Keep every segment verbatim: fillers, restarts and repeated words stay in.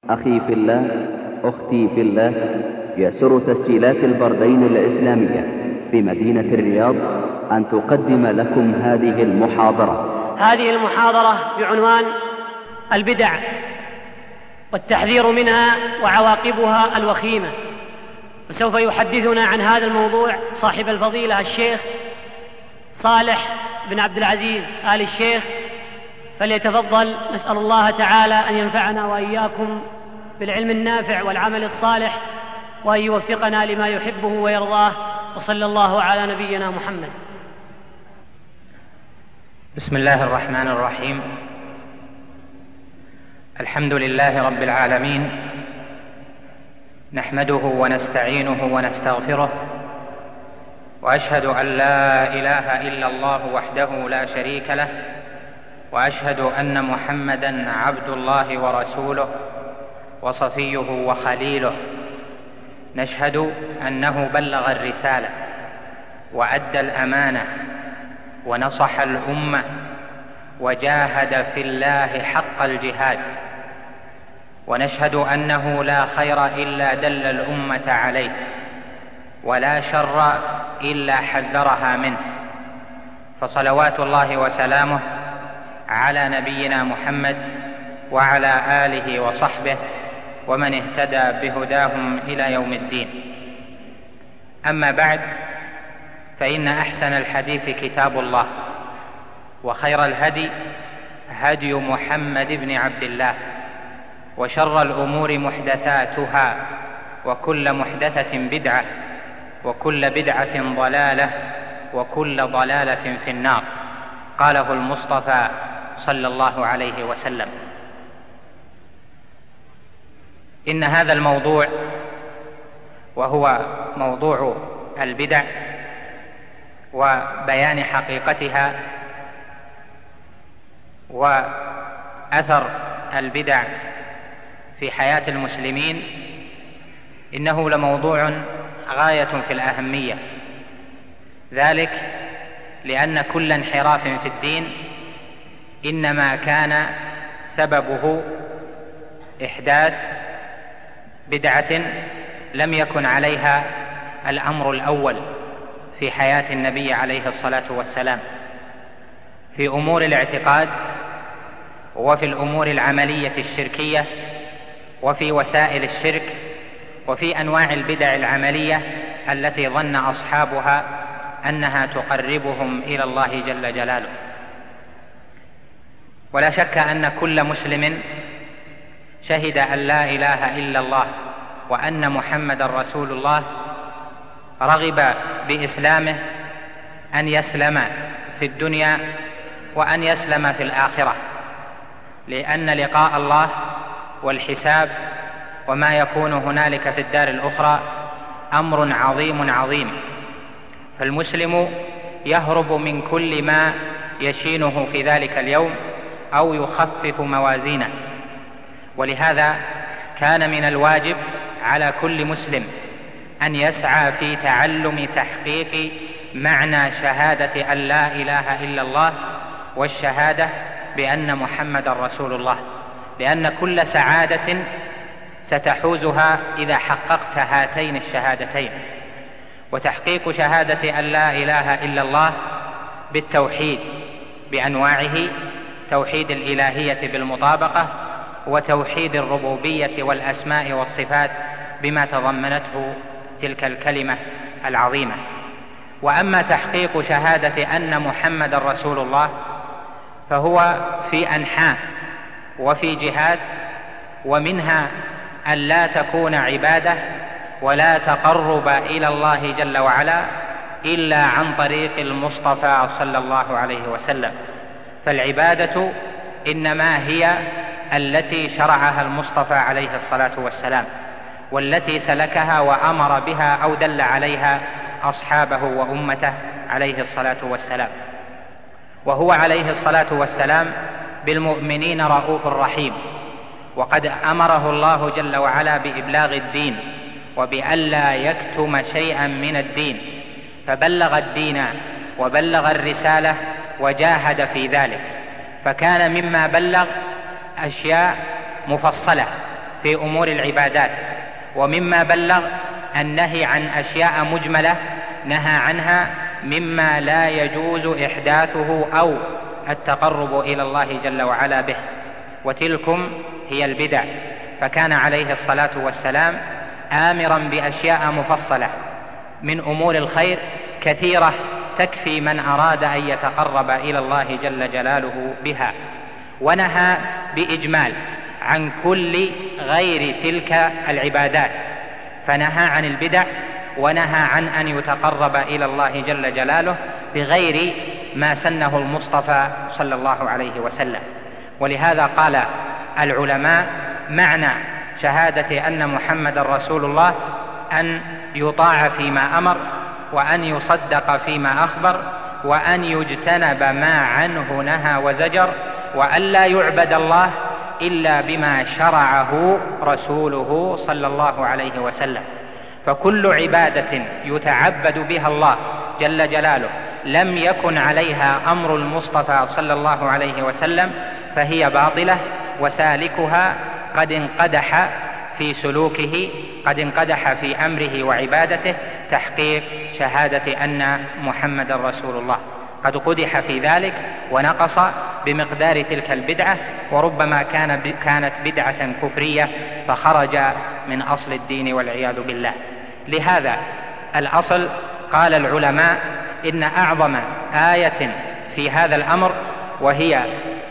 أخي في الله، أختي في الله، يسر تسجيلات البردين الإسلامية بمدينة الرياض أن تقدم لكم هذه المحاضرة. هذه المحاضرة بعنوان البدع والتحذير منها وعواقبها الوخيمة، وسوف يحدثنا عن هذا الموضوع صاحب الفضيلة الشيخ صالح بن عبد العزيز آل الشيخ، فليتفضل. نسأل الله تعالى أن ينفعنا وإياكم بالعلم النافع والعمل الصالح، وأن يوفقنا لما يحبه ويرضاه، وصلى الله على نبينا محمد. بسم الله الرحمن الرحيم. الحمد لله رب العالمين، نحمده ونستعينه ونستغفره، وأشهد أن لا إله إلا الله وحده لا شريك له، وأشهد أن محمدًا عبد الله ورسوله وصفيه وخليله. نشهد أنه بلغ الرسالة وأدى الأمانة ونصح الأمة وجاهد في الله حق الجهاد، ونشهد أنه لا خير إلا دل الأمة عليه، ولا شر إلا حذرها منه. فصلوات الله وسلامه على نبينا محمد وعلى آله وصحبه ومن اهتدى بهداهم إلى يوم الدين. أما بعد، فإن أحسن الحديث كتاب الله، وخير الهدي هدي محمد بن عبد الله، وشر الأمور محدثاتها، وكل محدثة بدعة، وكل بدعة ضلالة، وكل ضلالة في النار. قاله المصطفى صلى الله عليه وسلم. إن هذا الموضوع، وهو موضوع البدع وبيان حقيقتها وأثر البدع في حياة المسلمين، إنه لموضوع غاية في الأهمية، ذلك لأن كل انحراف في الدين إنما كان سببه إحداث بدعة لم يكن عليها الأمر الأول في حياة النبي عليه الصلاة والسلام، في أمور الاعتقاد، وفي الأمور العملية الشركية، وفي وسائل الشرك، وفي أنواع البدع العملية التي ظن أصحابها أنها تقربهم إلى الله جل جلاله. ولا شك أن كل مسلم شهد أن لا إله إلا الله وأن محمد رسول الله رغب بإسلامه أن يسلم في الدنيا وأن يسلم في الآخرة، لأن لقاء الله والحساب وما يكون هنالك في الدار الأخرى أمر عظيم عظيم. فالمسلم يهرب من كل ما يشينه في ذلك اليوم أو يخفف موازينه، ولهذا كان من الواجب على كل مسلم أن يسعى في تعلم تحقيق معنى شهادة أن لا إله إلا الله والشهادة بأن محمد رسول الله، لأن كل سعادة ستحوزها إذا حققت هاتين الشهادتين. وتحقيق شهادة أن لا إله إلا الله بالتوحيد بأنواعه، توحيد الإلهية بالمطابقة، وتوحيد الربوبية والأسماء والصفات بما تضمنته تلك الكلمة العظيمة. وأما تحقيق شهادة أن محمد رسول الله فهو في أنحاء وفي جهات، ومنها أن لا تكون عبادة ولا تقرب إلى الله جل وعلا إلا عن طريق المصطفى صلى الله عليه وسلم. فالعبادة إنما هي التي شرعها المصطفى عليه الصلاة والسلام، والتي سلكها وأمر بها أو دل عليها أصحابه وأمته عليه الصلاة والسلام. وهو عليه الصلاة والسلام بالمؤمنين رؤوف رحيم، وقد أمره الله جل وعلا بإبلاغ الدين وبألا يكتم شيئا من الدين، فبلغ الدين وبلغ الرسالة وجاهد في ذلك. فكان مما بلغ أشياء مفصلة في أمور العبادات، ومما بلغ النهي عن أشياء مجملة نهى عنها مما لا يجوز إحداثه أو التقرب إلى الله جل وعلا به، وتلكم هي البدع. فكان عليه الصلاة والسلام آمرا بأشياء مفصلة من أمور الخير كثيرة تكفي من أراد أن يتقرب إلى الله جل جلاله بها، ونهى بإجمال عن كل غير تلك العبادات، فنهى عن البدع ونهى عن أن يتقرب إلى الله جل جلاله بغير ما سنه المصطفى صلى الله عليه وسلم. ولهذا قال العلماء: معنى شهادة أن محمد رسول الله أن يطاع فيما أمر، وأن يصدق فيما أخبر، وأن يجتنب ما عنه نهى وزجر، وأن لا يعبد الله إلا بما شرعه رسوله صلى الله عليه وسلم. فكل عبادة يتعبد بها الله جل جلاله لم يكن عليها أمر المصطفى صلى الله عليه وسلم فهي باطلة، وسالكها قد انقدح في سلوكه، قد انقدح في أمره وعبادته تحقيق شهادة أن محمد رسول الله، قد قدح في ذلك ونقص بمقدار تلك البدعة، وربما كان كانت بدعة كفرية فخرج من أصل الدين والعياذ بالله. لهذا الأصل قال العلماء إن أعظم آية في هذا الأمر وهي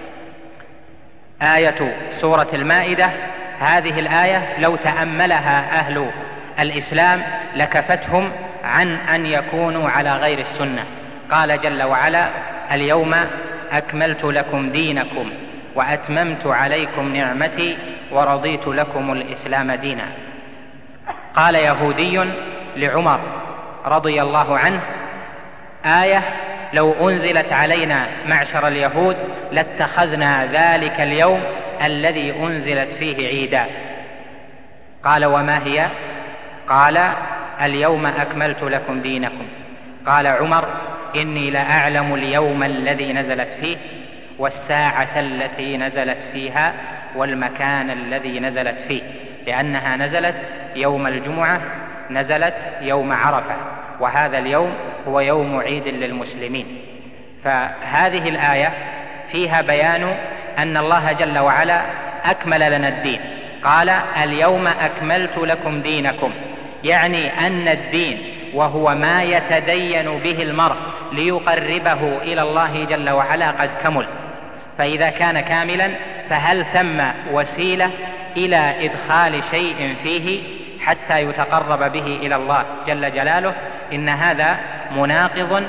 آية سورة المائدة. هذه الآية لو تأملها أهل الإسلام لكفتهم عن أن يكونوا على غير السنة. قال جل وعلا: اليوم أكملت لكم دينكم وأتممت عليكم نعمتي ورضيت لكم الإسلام دينا. قال يهودي لعمر رضي الله عنه: آية لو أنزلت علينا معشر اليهود لاتخذنا ذلك اليوم الذي أنزلت فيه عيدا. قال: وما هي؟ قال: اليوم أكملت لكم دينكم. قال عمر: إني لأعلم اليوم الذي نزلت فيه، والساعة التي نزلت فيها، والمكان الذي نزلت فيه، لأنها نزلت يوم الجمعة، نزلت يوم عرفة، وهذا اليوم هو يوم عيد للمسلمين. فهذه الآية فيها بيان أن الله جل وعلا أكمل لنا الدين. قال: اليوم أكملت لكم دينكم، يعني أن الدين وهو ما يتدين به المرء ليقربه إلى الله جل وعلا قد كمل. فإذا كان كاملا فهل ثم وسيلة إلى إدخال شيء فيه حتى يتقرب به إلى الله جل جلاله؟ إن هذا مناقض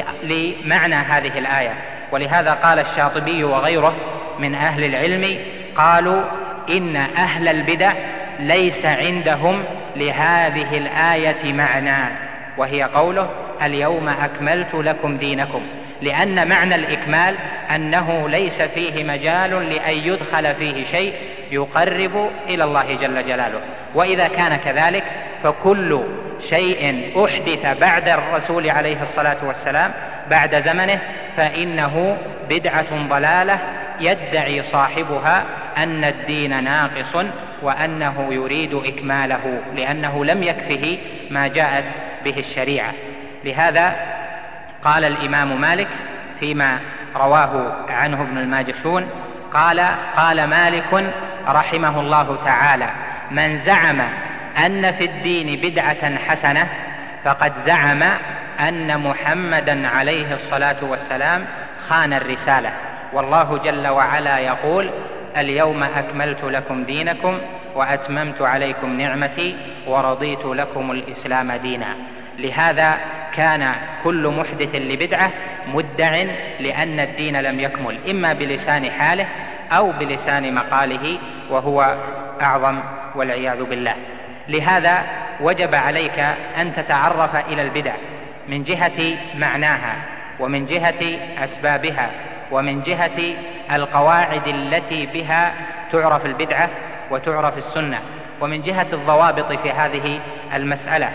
لمعنى هذه الآية. ولهذا قال الشاطبي وغيره من أهل العلم قالوا: إن أهل البدع ليس عندهم لهذه الآية معنى، وهي قوله: اليوم أكملت لكم دينكم، لأن معنى الإكمال أنه ليس فيه مجال لأن يدخل فيه شيء يقرب إلى الله جل جلاله. وإذا كان كذلك فكل شيء أحدث بعد الرسول عليه الصلاة والسلام بعد زمنه فإنه بدعة ضلالة يدعي صاحبها أن الدين ناقص وأنه يريد إكماله، لأنه لم يكفه ما جاءت به الشريعة. لهذا قال الإمام مالك فيما رواه عنه ابن الماجشون قال: قال مالك رحمه الله تعالى: من زعم أن في الدين بدعة حسنة فقد زعم أن محمدا عليه الصلاة والسلام خان الرسالة، والله جل وعلا يقول: اليوم أكملت لكم دينكم وأتممت عليكم نعمتي ورضيت لكم الإسلام دينا. لهذا كان كل محدث لبدعة مدع لأن الدين لم يكمل، إما بلسان حاله أو بلسان مقاله، وهو أعظم والعياذ بالله. لهذا وجب عليك أن تتعرف إلى البدع من جهة معناها، ومن جهة أسبابها، ومن جهة القواعد التي بها تعرف البدعة وتعرف السنة، ومن جهة الضوابط في هذه المسألة،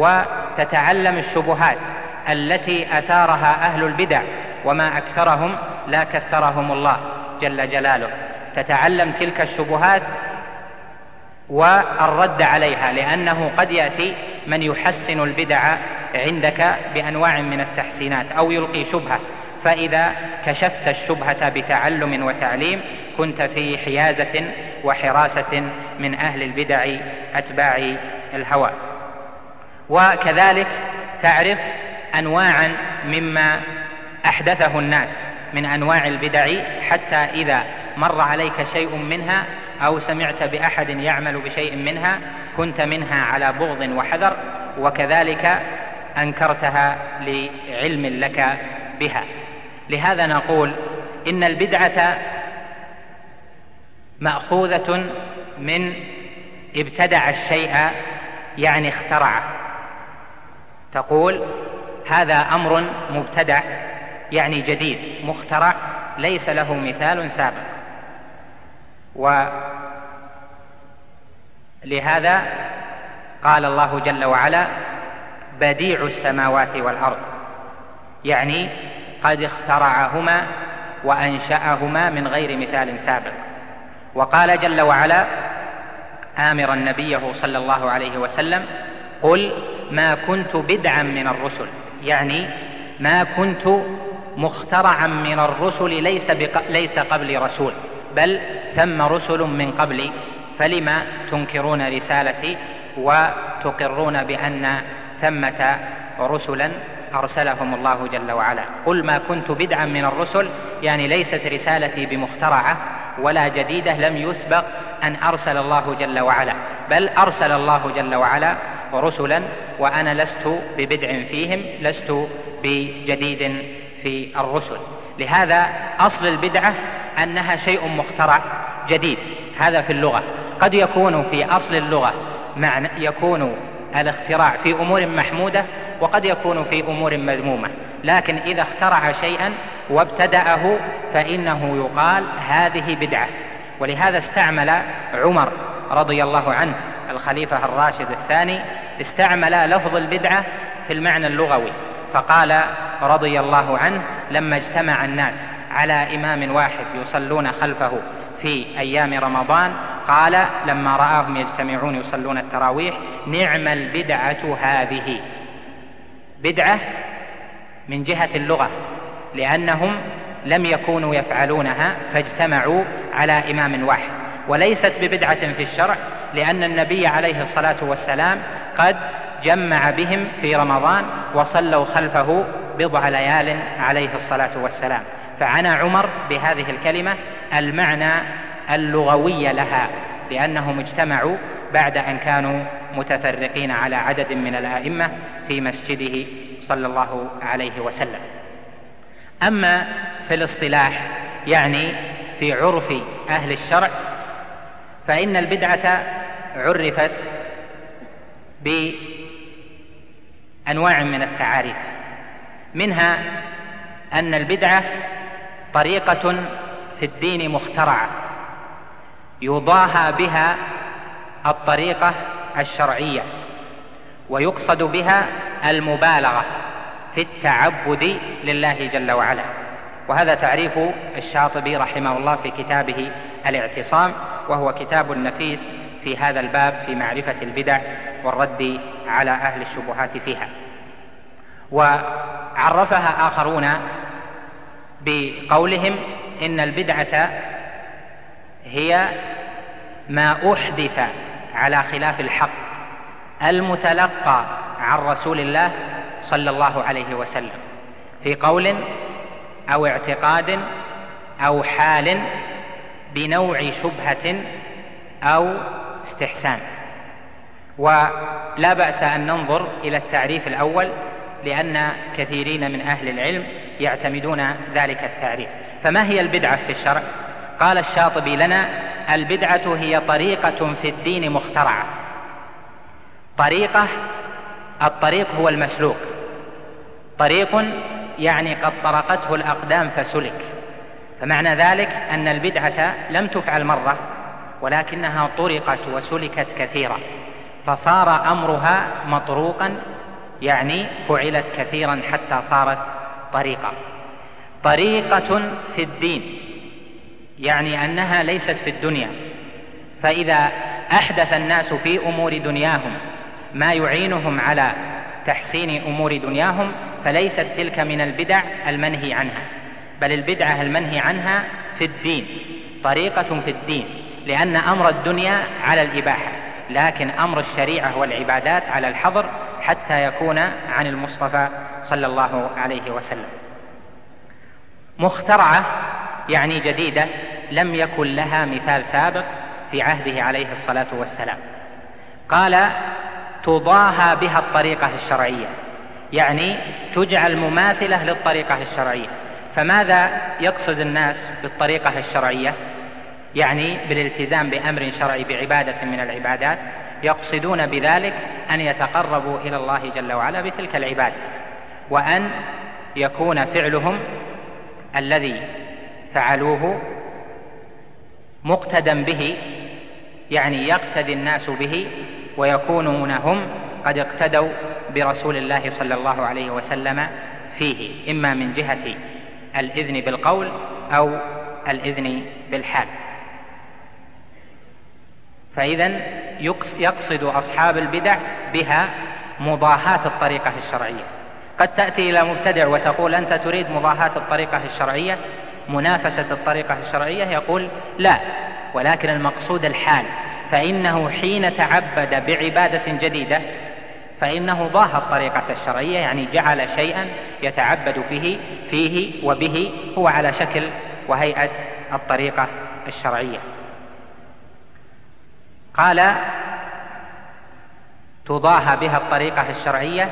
وتتعلم الشبهات التي أثارها أهل البدع، وما أكثرهم لا كثرهم الله جل جلاله. تتعلم تلك الشبهات والرد عليها، لأنه قد يأتي من يحسن البدع عندك بأنواع من التحسينات أو يلقي شبهة، فإذا كشفت الشبهة بتعلم وتعليم كنت في حيازة وحراسة من أهل البدع أتباع الهوى. وكذلك تعرف أنواعا مما أحدثه الناس من أنواع البدع، حتى إذا مر عليك شيء منها أو سمعت بأحد يعمل بشيء منها كنت منها على بغض وحذر، وكذلك أنكرتها لعلم لك بها. لهذا نقول إن البدعة مأخوذة من ابتدع الشيء، يعني اخترعه. تقول هذا أمر مبتدع، يعني جديد مخترع ليس له مثال سابق. ولهذا قال الله جل وعلا بديع السماوات والأرض، يعني قد اخترعهما وأنشأهما من غير مثال سابق. وقال جل وعلا آمرا نبيه صلى الله عليه وسلم قل ما كنت بدعا من الرسل، يعني ما كنت مخترعا من الرسل، ليس, ليس قبل رسول، بل ثم رسل من قبلي، فلما تنكرون رسالتي وتقرون بأن ثمة رسلا أرسلهم الله جل وعلا. قل ما كنت بدعا من الرسل، يعني ليست رسالتي بمخترعة ولا جديدة، لم يسبق أن أرسل الله جل وعلا، بل أرسل الله جل وعلا رسلا وأنا لست ببدع فيهم، لست بجديد في الرسل. لهذا أصل البدعة أنها شيء مخترع جديد، هذا في اللغة. قد يكون في أصل اللغة معنى يكون الاختراع في أمور محمودة، وقد يكون في أمور مذمومة، لكن إذا اخترع شيئا وابتدأه فإنه يقال هذه بدعة. ولهذا استعمل عمر رضي الله عنه الخليفة الراشد الثاني استعمل لفظ البدعة في المعنى اللغوي، فقال رضي الله عنه لما اجتمع الناس على إمام واحد يصلون خلفه في أيام رمضان، قال لما رآهم يجتمعون يصلون التراويح نعم البدعة هذه. بدعة من جهة اللغة، لأنهم لم يكونوا يفعلونها فاجتمعوا على إمام واحد، وليست ببدعة في الشرع، لأن النبي عليه الصلاة والسلام قد جمع بهم في رمضان وصلوا خلفه بضع ليال عليه الصلاة والسلام. فعنى عمر بهذه الكلمة المعنى اللغوي لها، لأنهم اجتمعوا بعد أن كانوا متفرقين على عدد من الآئمة في مسجده صلى الله عليه وسلم. أما في الاصطلاح، يعني في عرف أهل الشرع، فإن البدعة عرفت بأنواع من التعاريف، منها أن البدعة طريقة في الدين مخترعة يضاهى بها الطريقة الشرعية، ويقصد بها المبالغة في التعبد لله جل وعلا. وهذا تعريف الشاطبي رحمه الله في كتابه الاعتصام، وهو كتاب نفيس في هذا الباب في معرفة البدع والرد على أهل الشبهات فيها. وعرفها آخرون بقولهم إن البدعة هي ما أحدث على خلاف الحق المتلقى عن رسول الله صلى الله عليه وسلم في قول أو اعتقاد أو حال بنوع شبهة أو استحسان. ولا بأس أن ننظر إلى التعريف الأول، لأن كثيرين من أهل العلم يعتمدون ذلك التعريف. فما هي البدعة في الشرع؟ قال الشاطبي لنا البدعة هي طريقة في الدين مخترعة. طريقة، الطريق هو المسلوك، طريق يعني قد طرقته الأقدام فسلك، فمعنى ذلك أن البدعة لم تفعل مرة، ولكنها طرقت وسلكت كثيرا، فصار أمرها مطروقا، يعني فعلت كثيرا حتى صارت طريقة. طريقة في الدين يعني أنها ليست في الدنيا، فإذا أحدث الناس في أمور دنياهم ما يعينهم على تحسين أمور دنياهم فليست تلك من البدع المنهي عنها، بل البدعة المنهي عنها في الدين، طريقة في الدين، لأن أمر الدنيا على الإباحة، لكن أمر الشريعة والعبادات على الحظر حتى يكون عن المصطفى صلى الله عليه وسلم. مخترعة يعني جديدة لم يكن لها مثال سابق في عهده عليه الصلاة والسلام. قال تضاهى بها الطريقة الشرعية، يعني تجعل مماثلة للطريقة الشرعية. فماذا يقصد الناس بالطريقة الشرعية؟ يعني بالالتزام بأمر شرعي بعبادة من العبادات، يقصدون بذلك أن يتقربوا إلى الله جل وعلا بتلك العبادة، وأن يكون فعلهم الذي فعلوه مقتدى به، يعني يقتدي الناس به ويكونون هم قد اقتدوا برسول الله صلى الله عليه وسلم فيه، إما من جهة الإذن بالقول أو الإذن بالحال. فإذن يقصد أصحاب البدع بها مضاهاة الطريقة الشرعية. قد تأتي إلى مبتدع وتقول أنت تريد مضاهاة الطريقة الشرعية، منافسة الطريقة الشرعية، يقول لا، ولكن المقصود الحال، فإنه حين تعبد بعبادة جديدة فإنه ضاهى الطريقة الشرعية، يعني جعل شيئا يتعبد فيه فيه وبه هو على شكل وهيئة الطريقة الشرعية. قال تضاهى بها الطريقة الشرعية،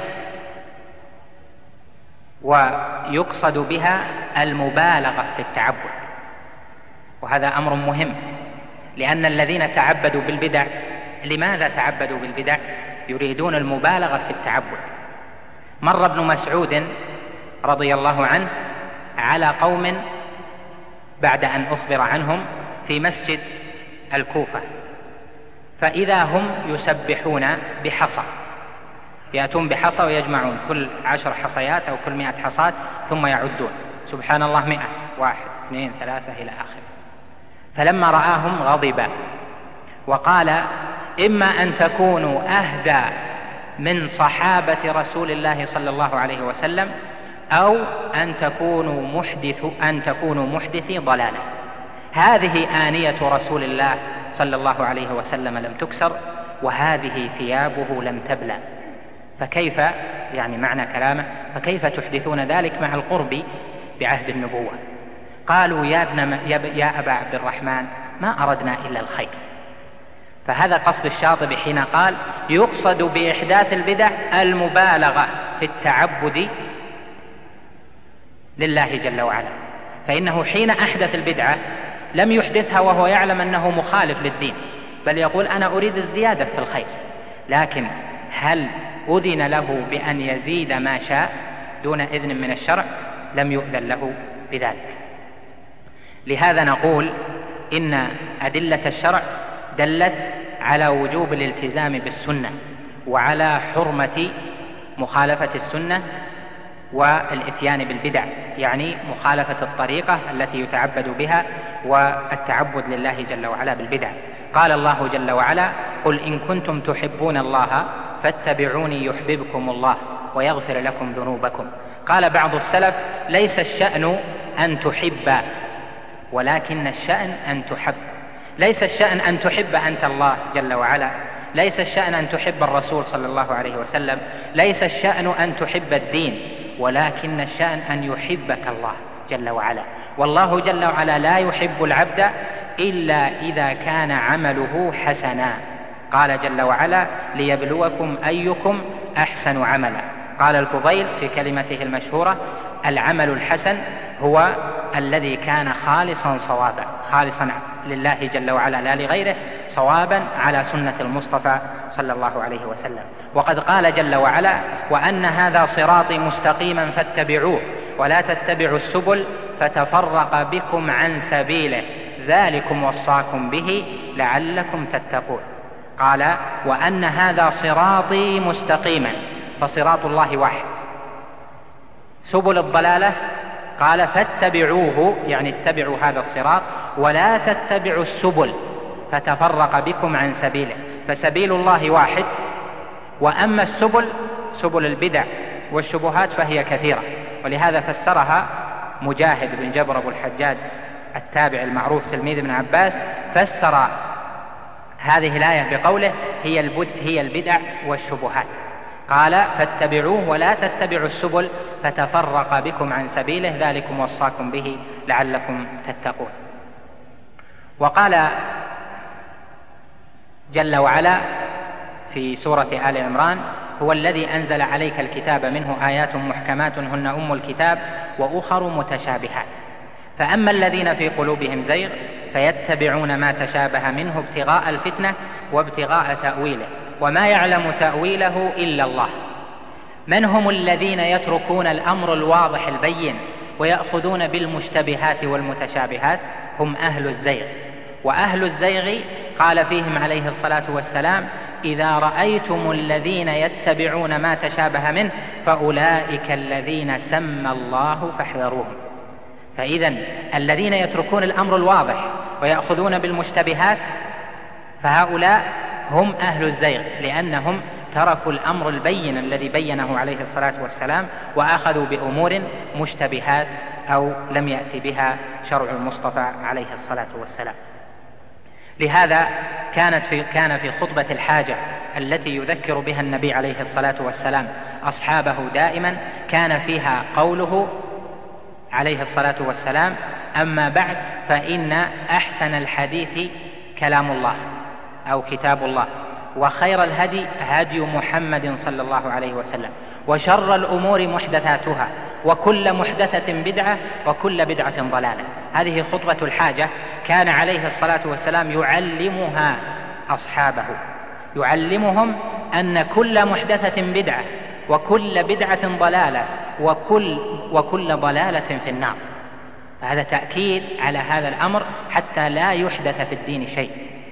ويقصد بها المبالغة في التعبد، وهذا أمر مهم، لأن الذين تعبدوا بالبدع لماذا تعبدوا بالبدع؟ يريدون المبالغة في التعبد. مر ابن مسعود رضي الله عنه على قوم بعد أن أخبر عنهم في مسجد الكوفة، فإذا هم يسبحون بحصى، يأتون بحصى ويجمعون كل عشر حصيات أو كل مئة حصاة ثم يعدون سبحان الله مئة، واحد اثنين ثلاثة إلى آخره. فلما رآهم غضب وقال إما أن تكونوا أهدى من صحابة رسول الله صلى الله عليه وسلم أو أن تكونوا محدث أن تكونوا محدثي ضلالة. هذه آنية رسول الله صلى الله عليه وسلم لم تكسر، وهذه ثيابه لم تبلى، فكيف يعني معنى كلامه فكيف تحدثون ذلك مع القرب بعهد النبوة؟ قالوا يا ابن يا أبا عبد الرحمن ما أردنا إلا الخير. فهذا قصد الشاطبي حين قال يقصد بإحداث البدع المبالغة في التعبد لله جل وعلا، فإنه حين أحدث البدعة لم يحدثها وهو يعلم أنه مخالف للدين، بل يقول أنا أريد الزيادة في الخير، لكن هل أذن له بأن يزيد ما شاء دون إذن من الشرع؟ لم يؤذن له بذلك. لهذا نقول إن أدلة الشرع دلت على وجوب الالتزام بالسنة وعلى حرمة مخالفة السنة والإتيان بالبدع، يعني مخالفة الطريقة التي يتعبد بها والتعبد لله جل وعلا بالبدع. قال الله جل وعلا قل إن كنتم تحبون الله فاتبعوني يحببكم الله ويغفر لكم ذنوبكم. قال بعض السلف ليس الشأن أن تحب ولكن الشأن أن تحب. ليس الشأن أن تحب أنت الله جل وعلا، ليس الشأن أن تحب الرسول صلى الله عليه وسلم، ليس الشأن أن تحب الدين، ولكن الشأن أن يحبك الله جل وعلا. والله جل وعلا لا يحب العبد إلا إذا كان عمله حسنا. قال جل وعلا ليبلوكم أيكم أحسن عملا. قال الفضيل في كلمته المشهورة العمل الحسن هو الذي كان خالصا صوابا، خالصا لله جل وعلا لا لغيره، صوابا على سنة المصطفى صلى الله عليه وسلم. وقد قال جل وعلا وأن هذا صراطي مستقيما فاتبعوه ولا تتبعوا السبل فتفرق بكم عن سبيله ذلكم وصاكم به لعلكم تتقون. قال وأن هذا صراطي مستقيما، فصراط الله واحد. سبل الضلالة قال فاتبعوه، يعني اتبعوا هذا الصراط، ولا تتبعوا السبل، فتفرق بكم عن سبيله. فسبيل الله واحد، وأما السبل سبل البدع والشبهات فهي كثيرة. ولهذا فسرها مجاهد بن جبر أبو الحجاج التابع المعروف تلميذ ابن عباس، فسر هذه الآية بقوله هي هي البدع والشبهات، قال فاتبعوه ولا تتبعوا السبل فتفرق بكم عن سبيله ذلكم وصاكم به لعلكم تتقون. وقال جل وعلا في سورة آل عمران هو الذي أنزل عليك الكتاب منه آيات محكمات هن أم الكتاب وأخر متشابهات، فأما الذين في قلوبهم زيغ فيتبعون ما تشابه منه ابتغاء الفتنة وابتغاء تأويله وما يعلم تأويله إلا الله. من هم الذين يتركون الأمر الواضح البين ويأخذون بالمشتبهات والمتشابهات؟ هم أهل الزيغ. وأهل الزيغ قال فيهم عليه الصلاة والسلام إذا رأيتم الذين يتبعون ما تشابه منه فأولئك الذين سمى الله فاحذروهم. فإذا الذين يتركون الأمر الواضح ويأخذون بالمشتبهات فهؤلاء هم أهل الزيغ، لأنهم تركوا الأمر البين الذي بينه عليه الصلاة والسلام وأخذوا بأمور مشتبهات أو لم يأتي بها شرع المصطفى عليه الصلاة والسلام. لهذا كانت في كان في خطبة الحاجة التي يذكر بها النبي عليه الصلاة والسلام أصحابه دائما كان فيها قوله عليه الصلاة والسلام أما بعد فإن أحسن الحديث كلام الله أو كتاب الله، وخير الهدي هدي محمد صلى الله عليه وسلم، وشر الأمور محدثاتها وكل محدثة بدعة وكل بدعة ضلالة. هذه خطبة الحاجة كان عليه الصلاة والسلام يعلمها أصحابه، يعلمهم أن كل محدثة بدعة وكل بدعة ضلالة وكل, وكل ضلالة في النار. هذا تأكيد على هذا الأمر حتى لا يحدث في الدين شيء.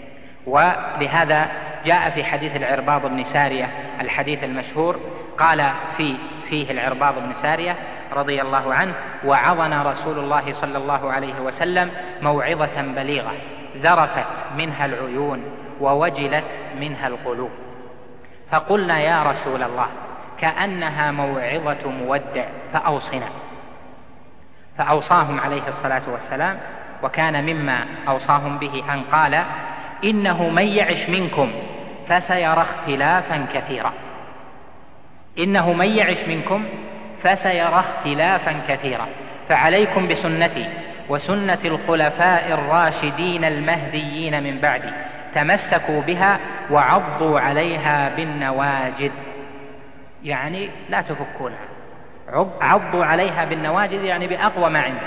ولهذا جاء في حديث العرباض بن سارية الحديث المشهور قال في فيه العرباض بن سارية رضي الله عنه وعظنا رسول الله صلى الله عليه وسلم موعظة بليغة ذرفت منها العيون ووجلت منها القلوب، فقلنا يا رسول الله كأنها موعظة مودع فأوصنا. فأوصاهم عليه الصلاة والسلام، وكان مما أوصاهم به أن قال إنه من يعش منكم فسيرى اختلافا كثيرا، إنه من يعش منكم فسيرى اختلافا كثيرا، فعليكم بسنتي وسنة الخلفاء الراشدين المهديين من بعدي تمسكوا بها وعضوا عليها بالنواجذ، يعني لا تفكونها، عضوا عليها بالنواجذ يعني بأقوى ما عندك،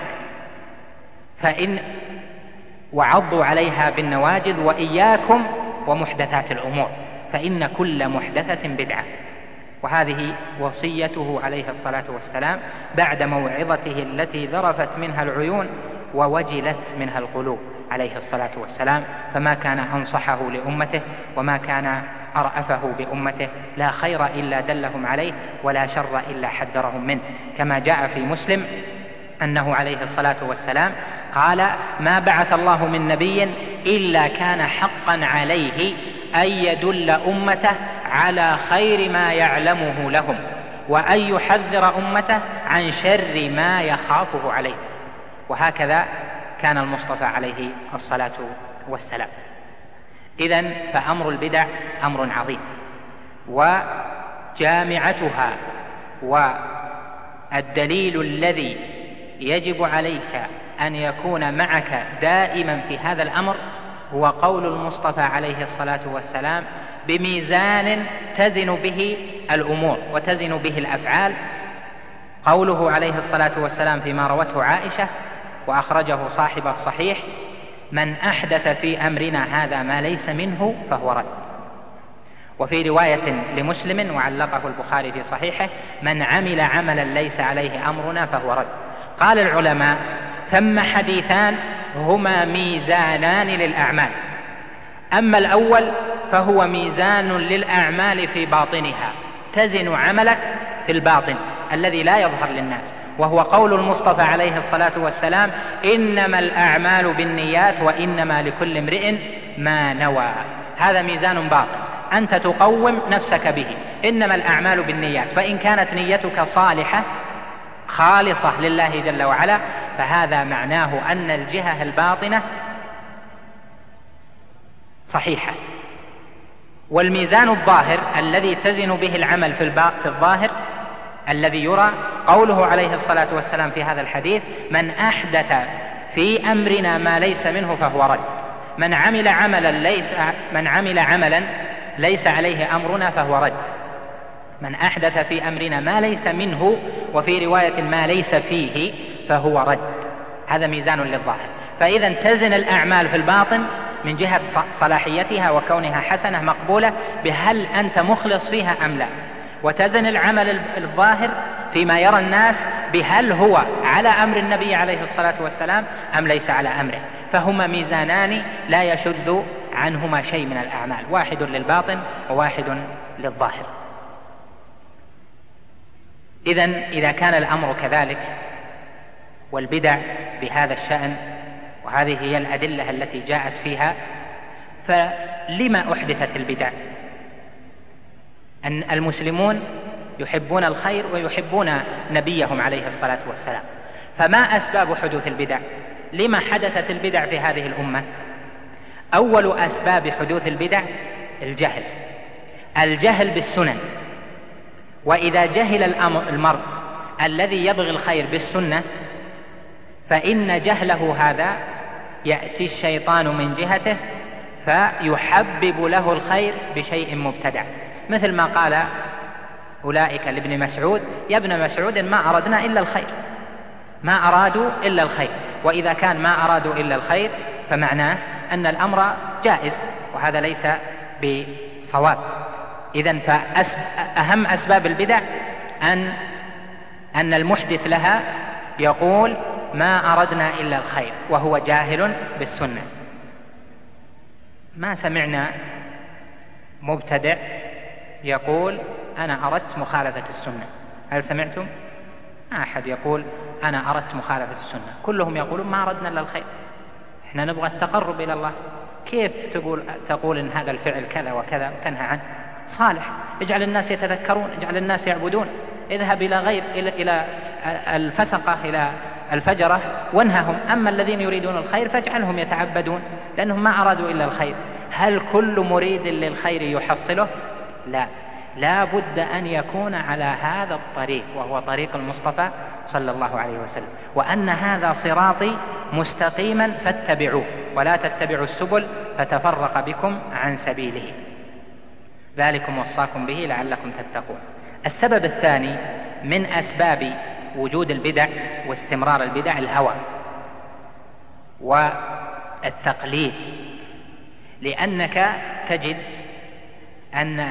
فإن وعضوا عليها بالنواجذ وإياكم ومحدثات الأمور فإن كل محدثة بدعة. وهذه وصيته عليه الصلاة والسلام بعد موعظته التي ذرفت منها العيون ووجلت منها القلوب عليه الصلاة والسلام، فما كان أنصحه لأمته وما كان أرأفه بأمته، لا خير إلا دلهم عليه ولا شر إلا حذرهم منه، كما جاء في مسلم أنه عليه الصلاة والسلام قال ما بعث الله من نبي إلا كان حقا عليه أن يدل أمته على خير ما يعلمه لهم وأن يحذر أمته عن شر ما يخافه عليه. وهكذا كان المصطفى عليه الصلاة والسلام. إذن فأمر البدع أمر عظيم، وجامعتها والدليل الذي يجب عليك أن يكون معك دائما في هذا الأمر هو قول المصطفى عليه الصلاة والسلام بميزان تزن به الأمور وتزن به الأفعال. قوله عليه الصلاة والسلام فيما روته عائشة وأخرجه صاحب الصحيح من أحدث في أمرنا هذا ما ليس منه فهو رد. وفي رواية لمسلم وعلقه البخاري في صحيحه من عمل عملا ليس عليه أمرنا فهو رد. قال العلماء ثم حديثان هما ميزانان للأعمال، أما الأول فهو ميزان للأعمال في باطنها تزن عملك في الباطن الذي لا يظهر للناس، وهو قول المصطفى عليه الصلاة والسلام: إنما الأعمال بالنيات وإنما لكل امرئ ما نوى. هذا ميزان باطل أنت تقوم نفسك به، إنما الأعمال بالنيات، فإن كانت نيتك صالحة خالصة لله جل وعلا فهذا معناه أن الجهة الباطنة صحيحة. والميزان الظاهر الذي تزن به العمل في الظاهر الذي يرى قوله عليه الصلاة والسلام في هذا الحديث: من أحدث في أمرنا ما ليس منه فهو رد. من عمل عملا ليس من عمل عملا ليس عليه أمرنا فهو رد. من أحدث في أمرنا ما ليس منه، وفي رواية ما ليس فيه، فهو رد. هذا ميزان للظاهر. فإذا تزن الأعمال في الباطن من جهة صلاحيتها وكونها حسنة مقبولة بهل أنت مخلص فيها أم لا، وتزن العمل الظاهر فيما يرى الناس بهل هو على أمر النبي عليه الصلاة والسلام أم ليس على أمره. فهما ميزانان لا يشذ عنهما شيء من الأعمال، واحد للباطن وواحد للظاهر. إذن إذا كان الأمر كذلك والبدع بهذا الشأن وهذه هي الأدلة التي جاءت فيها، فلما أحدثت البدع؟ أن المسلمون يحبون الخير ويحبون نبيهم عليه الصلاة والسلام، فما أسباب حدوث البدع؟ لما حدثت البدع في هذه الأمة؟ أول أسباب حدوث البدع الجهل، الجهل بالسنن. وإذا جهل المرء الذي يبغي الخير بالسنة فإن جهله هذا يأتي الشيطان من جهته فيحبب له الخير بشيء مبتدع، مثل ما قال أولئك لابن مسعود: يا ابن مسعود ما أردنا إلا الخير، ما أرادوا إلا الخير. وإذا كان ما أرادوا إلا الخير فمعناه أن الأمر جائز، وهذا ليس بصواب. إذن فأهم أسباب البدع أن أن المحدث لها يقول ما أردنا إلا الخير وهو جاهل بالسنة. ما سمعنا مبتدع يقول أنا أردت مخالفة السنة. هل سمعتم؟ ما أحد يقول أنا أردت مخالفة السنة، كلهم يقولون ما أردنا إلا الخير، إحنا نبغى التقرب إلى الله. كيف تقول تقول إن هذا الفعل كذا وكذا وتنهى عنه؟ صالح، اجعل الناس يتذكرون، اجعل الناس يعبدون، اذهب إلى غير إلى, إلى الفسقة إلى الفجرة وانههم. أما الذين يريدون الخير فاجعلهم يتعبدون لأنهم ما أرادوا إلا الخير. هل كل مريد للخير يحصله؟ لا، لا بد أن يكون على هذا الطريق وهو طريق المصطفى صلى الله عليه وسلم، وأن هذا صراطي مستقيما فاتبعوه ولا تتبعوا السبل فتفرق بكم عن سبيله، ذلكم وصاكم به لعلكم تتقون. السبب الثاني من أسباب وجود البدع واستمرار البدع الهوى والتقليد، لأنك تجد أن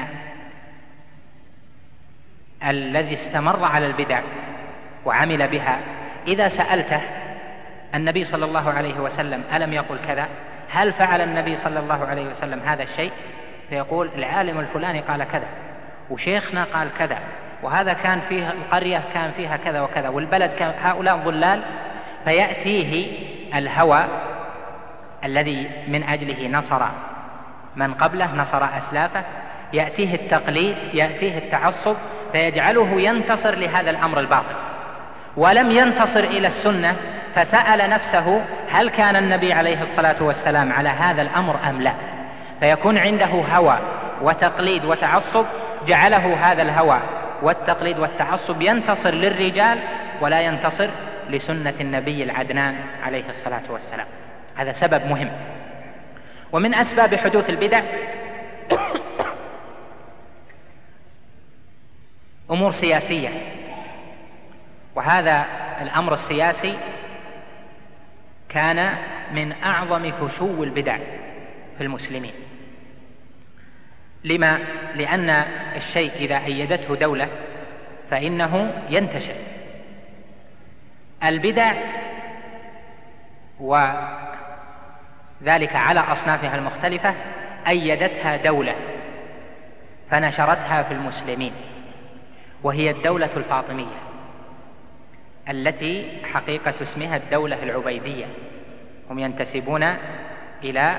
الذي استمر على البدع وعمل بها إذا سألته النبي صلى الله عليه وسلم ألم يقل كذا؟ هل فعل النبي صلى الله عليه وسلم هذا الشيء؟ فيقول العالم الفلاني قال كذا، وشيخنا قال كذا، وهذا كان فيه القرية كان فيها كذا وكذا، والبلد كان هؤلاء ضلال. فيأتيه الهوى الذي من أجله نصر من قبله، نصر أسلافه، يأتيه التقليد، يأتيه التعصب، فيجعله ينتصر لهذا الأمر الباطل، ولم ينتصر إلى السنة. فسأل نفسه هل كان النبي عليه الصلاة والسلام على هذا الأمر أم لا؟ فيكون عنده هوى وتقليد وتعصب، جعله هذا الهوى والتقليد والتعصب ينتصر للرجال ولا ينتصر لسنة النبي العدنان عليه الصلاة والسلام. هذا سبب مهم. ومن أسباب حدوث البدع أمور سياسية، وهذا الأمر السياسي كان من أعظم فشو البدع في المسلمين. لما؟ لأن الشيء إذا أيدته دولة فإنه ينتشر. البدع وذلك على أصنافها المختلفة أيدتها دولة فنشرتها في المسلمين، وهي الدولة الفاطمية. التي حقيقة اسمها الدولة العبيدية. هم ينتسبون إلى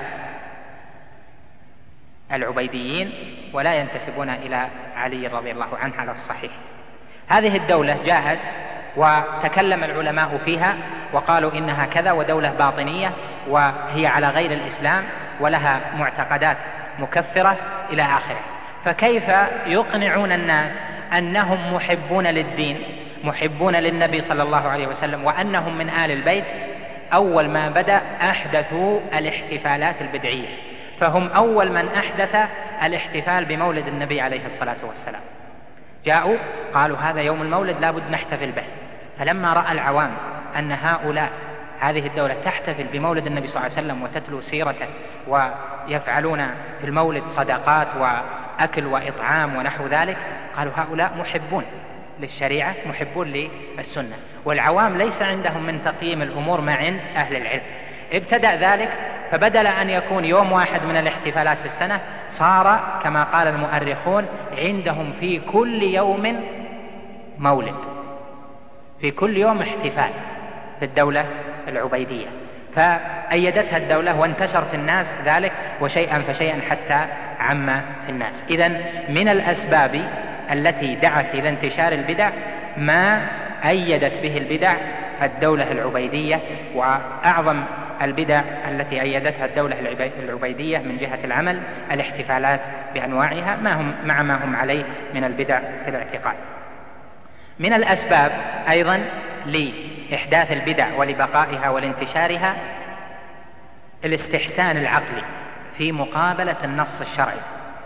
العبيديين ولا ينتسبون إلى علي رضي الله عنه على الصحيح. هذه الدولة جاءت وتكلم العلماء فيها وقالوا إنها كذا، ودولة باطنية وهي على غير الإسلام ولها معتقدات مكفرة إلى آخره. فكيف يقنعون الناس أنهم محبون للدين، محبون للنبي صلى الله عليه وسلم، وأنهم من آل البيت؟ أول ما بدأ أحدثوا الاحتفالات البدعية، فهم أول من أحدث الاحتفال بمولد النبي عليه الصلاة والسلام. جاءوا قالوا هذا يوم المولد لابد نحتفل به. فلما رأى العوام أن هؤلاء هذه الدولة تحتفل بمولد النبي صلى الله عليه وسلم وتتلو سيرته ويفعلون في المولد صدقات وأكل وإطعام ونحو ذلك، قالوا هؤلاء محبون للشريعة، محبون للسنة. والعوام ليس عندهم من تقييم الأمور ما عند أهل العلم. ابتدأ ذلك، فبدل أن يكون يوم واحد من الاحتفالات في السنة صار كما قال المؤرخون عندهم في كل يوم مولد، في كل يوم احتفال في الدولة العبيدية. فأيدتها الدولة وانتشر في الناس ذلك، وشيئا فشيئا حتى عم في الناس. إذن من الأسباب التي دعت إلى انتشار البدع ما أيدت به البدع الدولة العبيدية. وأعظم البدع التي أيدتها الدولة العبيدية من جهة العمل الاحتفالات بأنواعها ما هم مع ما هم عليه من البدع في الاعتقاد. من الأسباب أيضا لإحداث البدع ولبقائها ولانتشارها الاستحسان العقلي في مقابلة النص الشرعي.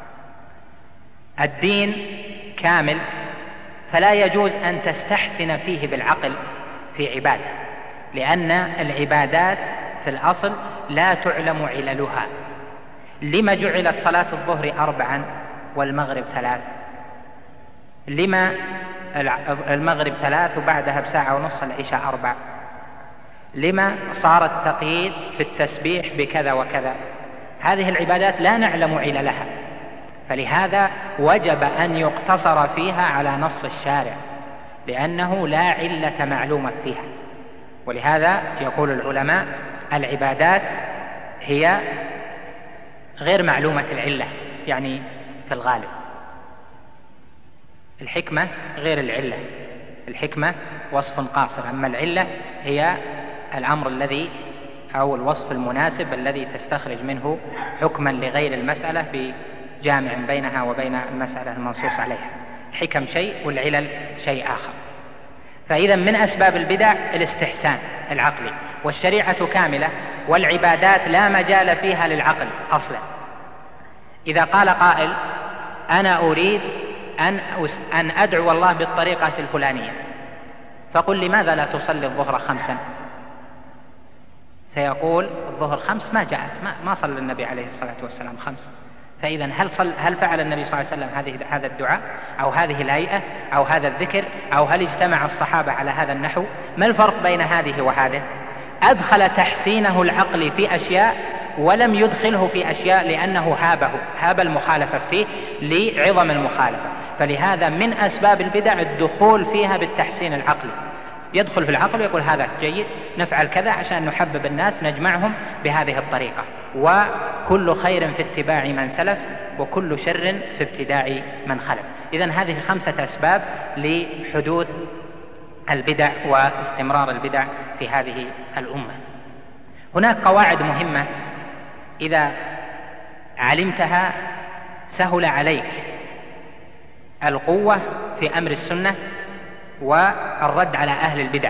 الدين كامل، فلا يجوز أن تستحسن فيه بالعقل في عبادة، لأن العبادات في الأصل لا تعلم عللها. لما جعلت صلاة الظهر أربعا والمغرب ثلاث؟ لما المغرب ثلاث وبعدها بساعة ونص العشاء أربع؟ لما صار التقييد في التسبيح بكذا وكذا؟ هذه العبادات لا نعلم عللها، فلهذا وجب أن يقتصر فيها على نص الشارع، لأنه لا علة معلومة فيها. ولهذا يقول العلماء العبادات هي غير معلومة العلة، يعني في الغالب الحكمة غير العلة. الحكمة وصف قاصر، أما العلة هي الأمر الذي أو الوصف المناسب الذي تستخرج منه حكما لغير المسألة بجامع بينها وبين المسألة المنصوص عليها. الحكم شيء والعلل شيء آخر. فإذا من أسباب البدع الاستحسان العقلي، والشريعة كاملة والعبادات لا مجال فيها للعقل أصلا. إذا قال قائل أنا أريد أن, أن أدعو الله بالطريقة الفلانية، فقل لماذا لا تصلي الظهر خمسا؟ سيقول الظهر خمس ما جاءت، ما, ما صلى النبي عليه الصلاة والسلام خمس. فإذا هل, صل هل فعل النبي صلى الله عليه وسلم هذه هذا الدعاء أو هذه الهيئة أو هذا الذكر، أو هل اجتمع الصحابة على هذا النحو؟ ما الفرق بين هذه وهذه؟ أدخل تحسينه العقلي في أشياء ولم يدخله في أشياء لأنه هابه هاب المخالفة فيه لعظم المخالفة. فلهذا من أسباب البدع الدخول فيها بالتحسين العقلي، يدخل في العقل ويقول هذا جيد نفعل كذا عشان نحبب الناس نجمعهم بهذه الطريقة. وكل خير في اتباع من سلف وكل شر في ابتداع من خلف. إذن هذه خمسة أسباب لحدوث البدع واستمرار البدع في هذه الأمة. هناك قواعد مهمة إذا علمتها سهل عليك القوة في أمر السنة والرد على أهل البدع.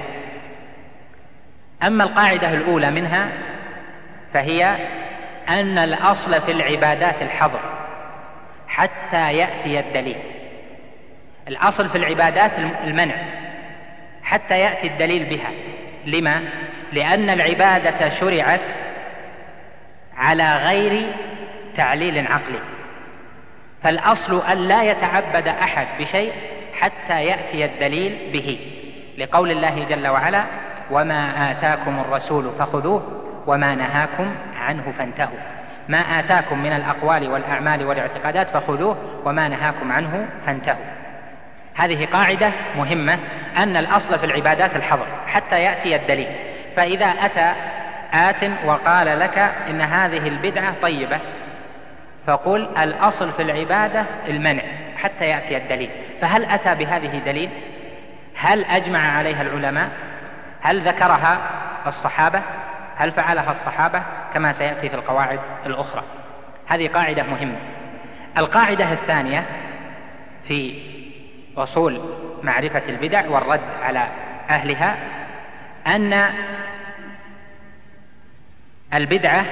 أما القاعدة الأولى منها فهي أن الأصل في العبادات الحظر حتى يأتي الدليل. الأصل في العبادات المنع حتى يأتي الدليل بها. لما؟ لأن العبادة شرعت على غير تعليل عقلي، فالأصل أن لا يتعبد أحد بشيء حتى يأتي الدليل به، لقول الله جل وعلا وما آتاكم الرسول فخذوه وما نهاكم عنه فانتهوا. ما آتاكم من الأقوال والأعمال والاعتقادات فخذوه وما نهاكم عنه فانتهوا. هذه قاعدة مهمة أن الأصل في العبادات الحظر حتى يأتي الدليل. فإذا أتى آت وقال لك إن هذه البدعة طيبة، فقل الأصل في العبادة المنع حتى يأتي الدليل. فهل أتى بهذه دليل؟ هل أجمع عليها العلماء؟ هل ذكرها الصحابة؟ هل فعلها الصحابة؟ كما سيأتي في القواعد الأخرى. هذه قاعدة مهمة. القاعدة الثانية في أصول معرفة البدع والرد على أهلها أن البدعة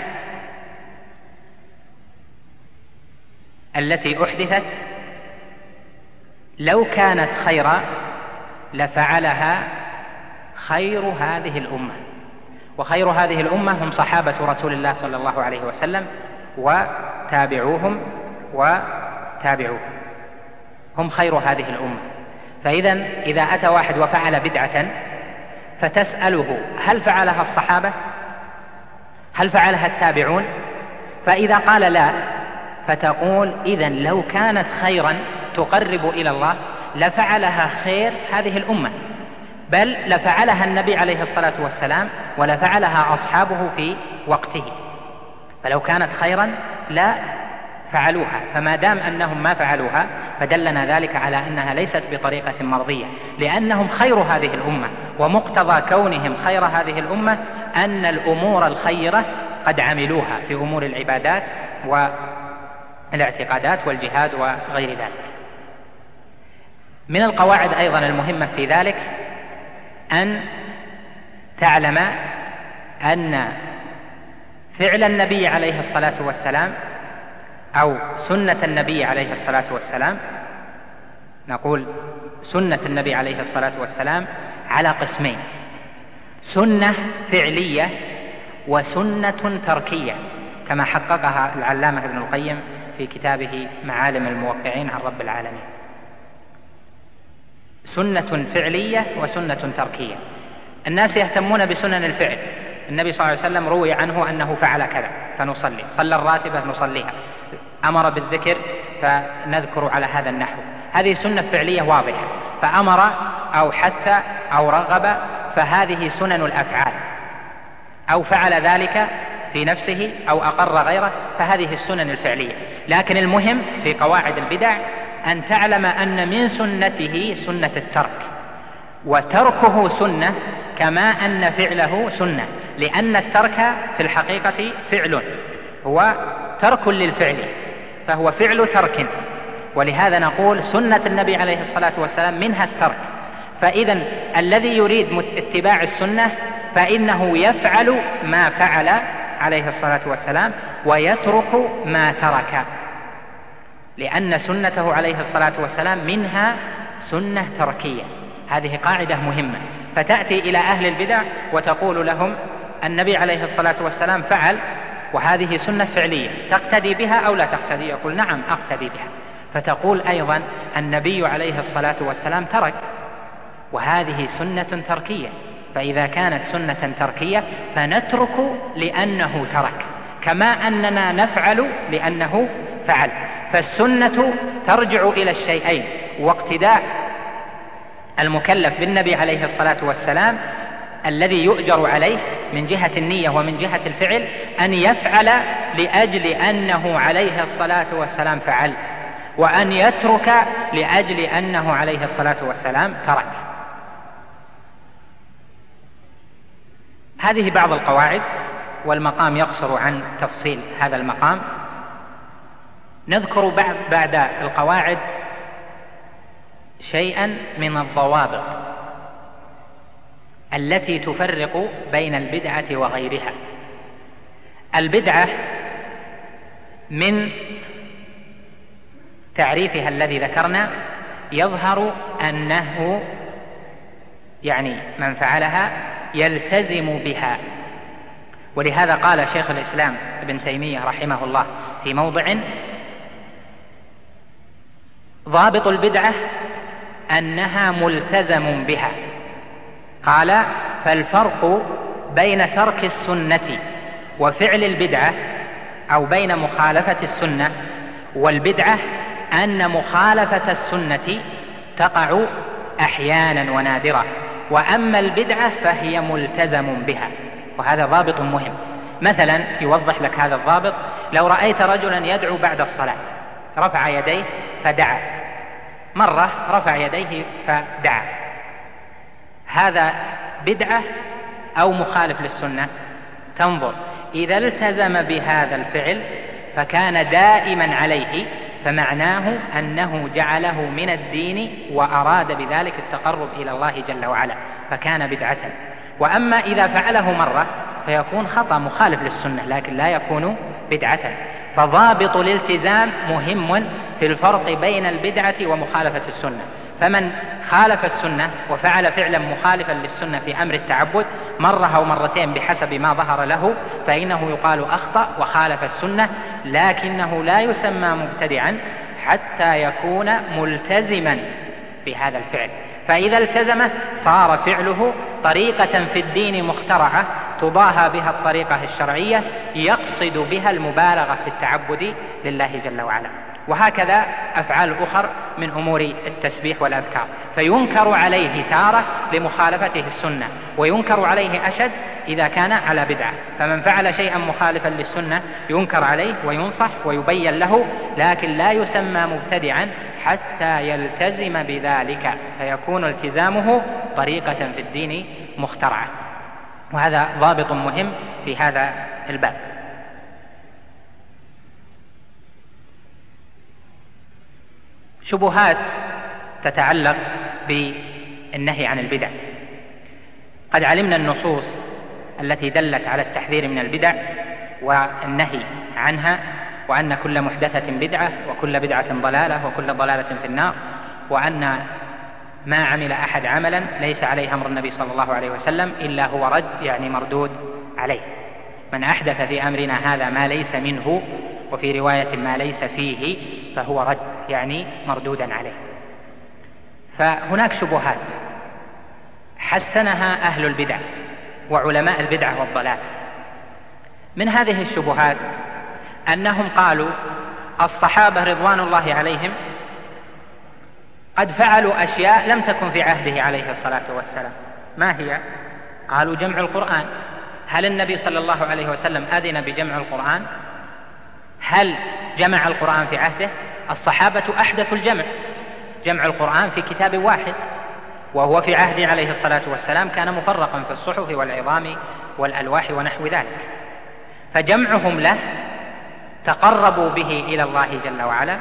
التي أحدثت لو كانت خيرا لفعلها خير هذه الأمة، وخير هذه الأمة هم صحابة رسول الله صلى الله عليه وسلم وتابعوهم وتابعوهم، هم خير هذه الأمة. فإذا إذا أتى واحد وفعل بدعة فتسأله هل فعلها الصحابة؟ هل فعلها التابعون؟ فإذا قال لا، فتقول إذن لو كانت خيرا تقرب إلى الله لفعلها خير هذه الأمة، بل لفعلها النبي عليه الصلاة والسلام ولفعلها أصحابه في وقته. فلو كانت خيرا لا فعلوها، فما دام أنهم ما فعلوها فدلنا ذلك على أنها ليست بطريقة مرضية، لأنهم خير هذه الأمة، ومقتضى كونهم خير هذه الأمة أن الأمور الخيرة قد عملوها في أمور العبادات والاعتقادات والجهاد وغير ذلك. من القواعد أيضا المهمة في ذلك أن تعلم أن فعل النبي عليه الصلاة والسلام أو سنة النبي عليه الصلاة والسلام، نقول سنة النبي عليه الصلاة والسلام على قسمين: سنة فعلية وسنة تركية، كما حققها العلامة ابن القيم في كتابه معالم الموقعين عن رب العالمين. سنة فعلية وسنة تركية. الناس يهتمون بسنن الفعل، النبي صلى الله عليه وسلم روي عنه أنه فعل كذا فنصلي، صلى الراتبة نصليها، أمر بالذكر فنذكر على هذا النحو. هذه سنة فعلية واضحة، فأمر أو حث أو رغب فهذه سنن الأفعال، أو فعل ذلك في نفسه أو أقر غيره فهذه السنن الفعلية. لكن المهم في قواعد البدع أن تعلم أن من سنته سنة الترك، وتركه سنة كما أن فعله سنة، لأن الترك في الحقيقة فعل، هو ترك للفعل، فهو فعل ترك، ولهذا نقول سنة النبي عليه الصلاة والسلام منها الترك. فإذا الذي يريد اتباع السنة فإنه يفعل ما فعل عليه الصلاة والسلام ويترك ما ترك، لأن سنته عليه الصلاة والسلام منها سنة تركية. هذه قاعدة مهمة. فتأتي إلى أهل البدع وتقول لهم النبي عليه الصلاة والسلام فعل وهذه سنة فعلية، تقتدي بها أو لا تقتدي؟ يقول نعم أقتدي بها. فتقول أيضا النبي عليه الصلاة والسلام ترك وهذه سنة تركية، فإذا كانت سنة تركية فنترك لأنه ترك، كما أننا نفعل لأنه فعل. فالسنة ترجع إلى الشيئين، واقتداء المكلف بالنبي عليه الصلاة والسلام الذي يؤجر عليه من جهة النية ومن جهة الفعل أن يفعل لأجل أنه عليه الصلاة والسلام فعل، وأن يترك لأجل أنه عليه الصلاة والسلام ترك. هذه بعض القواعد، والمقام يقصر عن تفصيل هذا المقام. نذكر بعد القواعد شيئا من الضوابط التي تفرق بين البدعة وغيرها. البدعة من تعريفها الذي ذكرنا يظهر أنه يعني من فعلها يلتزم بها، ولهذا قال شيخ الإسلام ابن تيمية رحمه الله في موضع: ضابط البدعة أنها ملتزم بها. قال: فالفرق بين ترك السنة وفعل البدعة أو بين مخالفة السنة والبدعة أن مخالفة السنة تقع أحيانا ونادرة، وأما البدعة فهي ملتزم بها. وهذا ضابط مهم. مثلا يوضح لك هذا الضابط: لو رأيت رجلا يدعو بعد الصلاة، رفع يديه فدعا، مرة رفع يديه فدعا، هذا بدعة أو مخالف للسنة؟ تنظر، إذا التزم بهذا الفعل فكان دائما عليه فمعناه أنه جعله من الدين وأراد بذلك التقرب إلى الله جل وعلا فكان بدعة. وأما إذا فعله مرة فيكون خطأ مخالف للسنة لكن لا يكون بدعة. فضابط الالتزام مهم في الفرق بين البدعة ومخالفة السنة. فمن خالف السنة وفعل فعلا مخالفا للسنة في أمر التعبد مرة أو مرتين بحسب ما ظهر له فإنه يقال أخطأ وخالف السنة، لكنه لا يسمى مبتدعا حتى يكون ملتزما بهذا الفعل. فإذا التزمه صار فعله طريقة في الدين مخترعة تضاهى بها الطريقة الشرعية يقصد بها المبالغة في التعبد لله جل وعلا. وهكذا أفعال أخر من أمور التسبيح والأذكار، فينكر عليه تارة لمخالفته السنة، وينكر عليه أشد إذا كان على بدعة. فمن فعل شيئا مخالفا للسنة ينكر عليه وينصح ويبين له، لكن لا يسمى مبتدعا حتى يلتزم بذلك، فيكون التزامه طريقة في الدين مخترعة. وهذا ضابط مهم في هذا الباب. شبهات تتعلق بالنهي عن البدع. قد علمنا النصوص التي دلت على التحذير من البدع والنهي عنها، وأن كل محدثة بدعة وكل بدعة ضلالة وكل ضلالة في النار، وأن ما عمل أحد عملا ليس عليه أمر النبي صلى الله عليه وسلم إلا هو رد، يعني مردود عليه. من أحدث في أمرنا هذا ما ليس منه، وفي رواية ما ليس فيه، فهو رد، يعني مردودا عليه. فهناك شبهات حسنها أهل البدع وعلماء البدعة والضلال. من هذه الشبهات أنهم قالوا الصحابة رضوان الله عليهم قد فعلوا أشياء لم تكن في عهده عليه الصلاة والسلام. ما هي؟ قالوا جمع القرآن. هل النبي صلى الله عليه وسلم أذن بجمع القرآن؟ هل جمع القرآن في عهده؟ الصحابة أحدثوا الجمع، جمع القرآن في كتاب واحد، وهو في عهده عليه الصلاة والسلام كان مفرقا في الصحف والعظام والألواح ونحو ذلك. فجمعهم له تقربوا به إلى الله جل وعلا،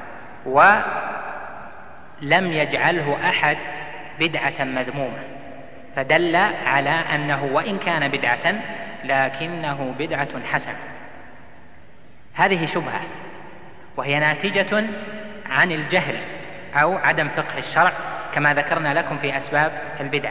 ولم يجعله أحد بدعة مذمومة، فدل على أنه وإن كان بدعة لكنه بدعة حسنة. هذه شبهة، وهي ناتجة عن الجهل أو عدم فقه الشرع كما ذكرنا لكم في أسباب البدع.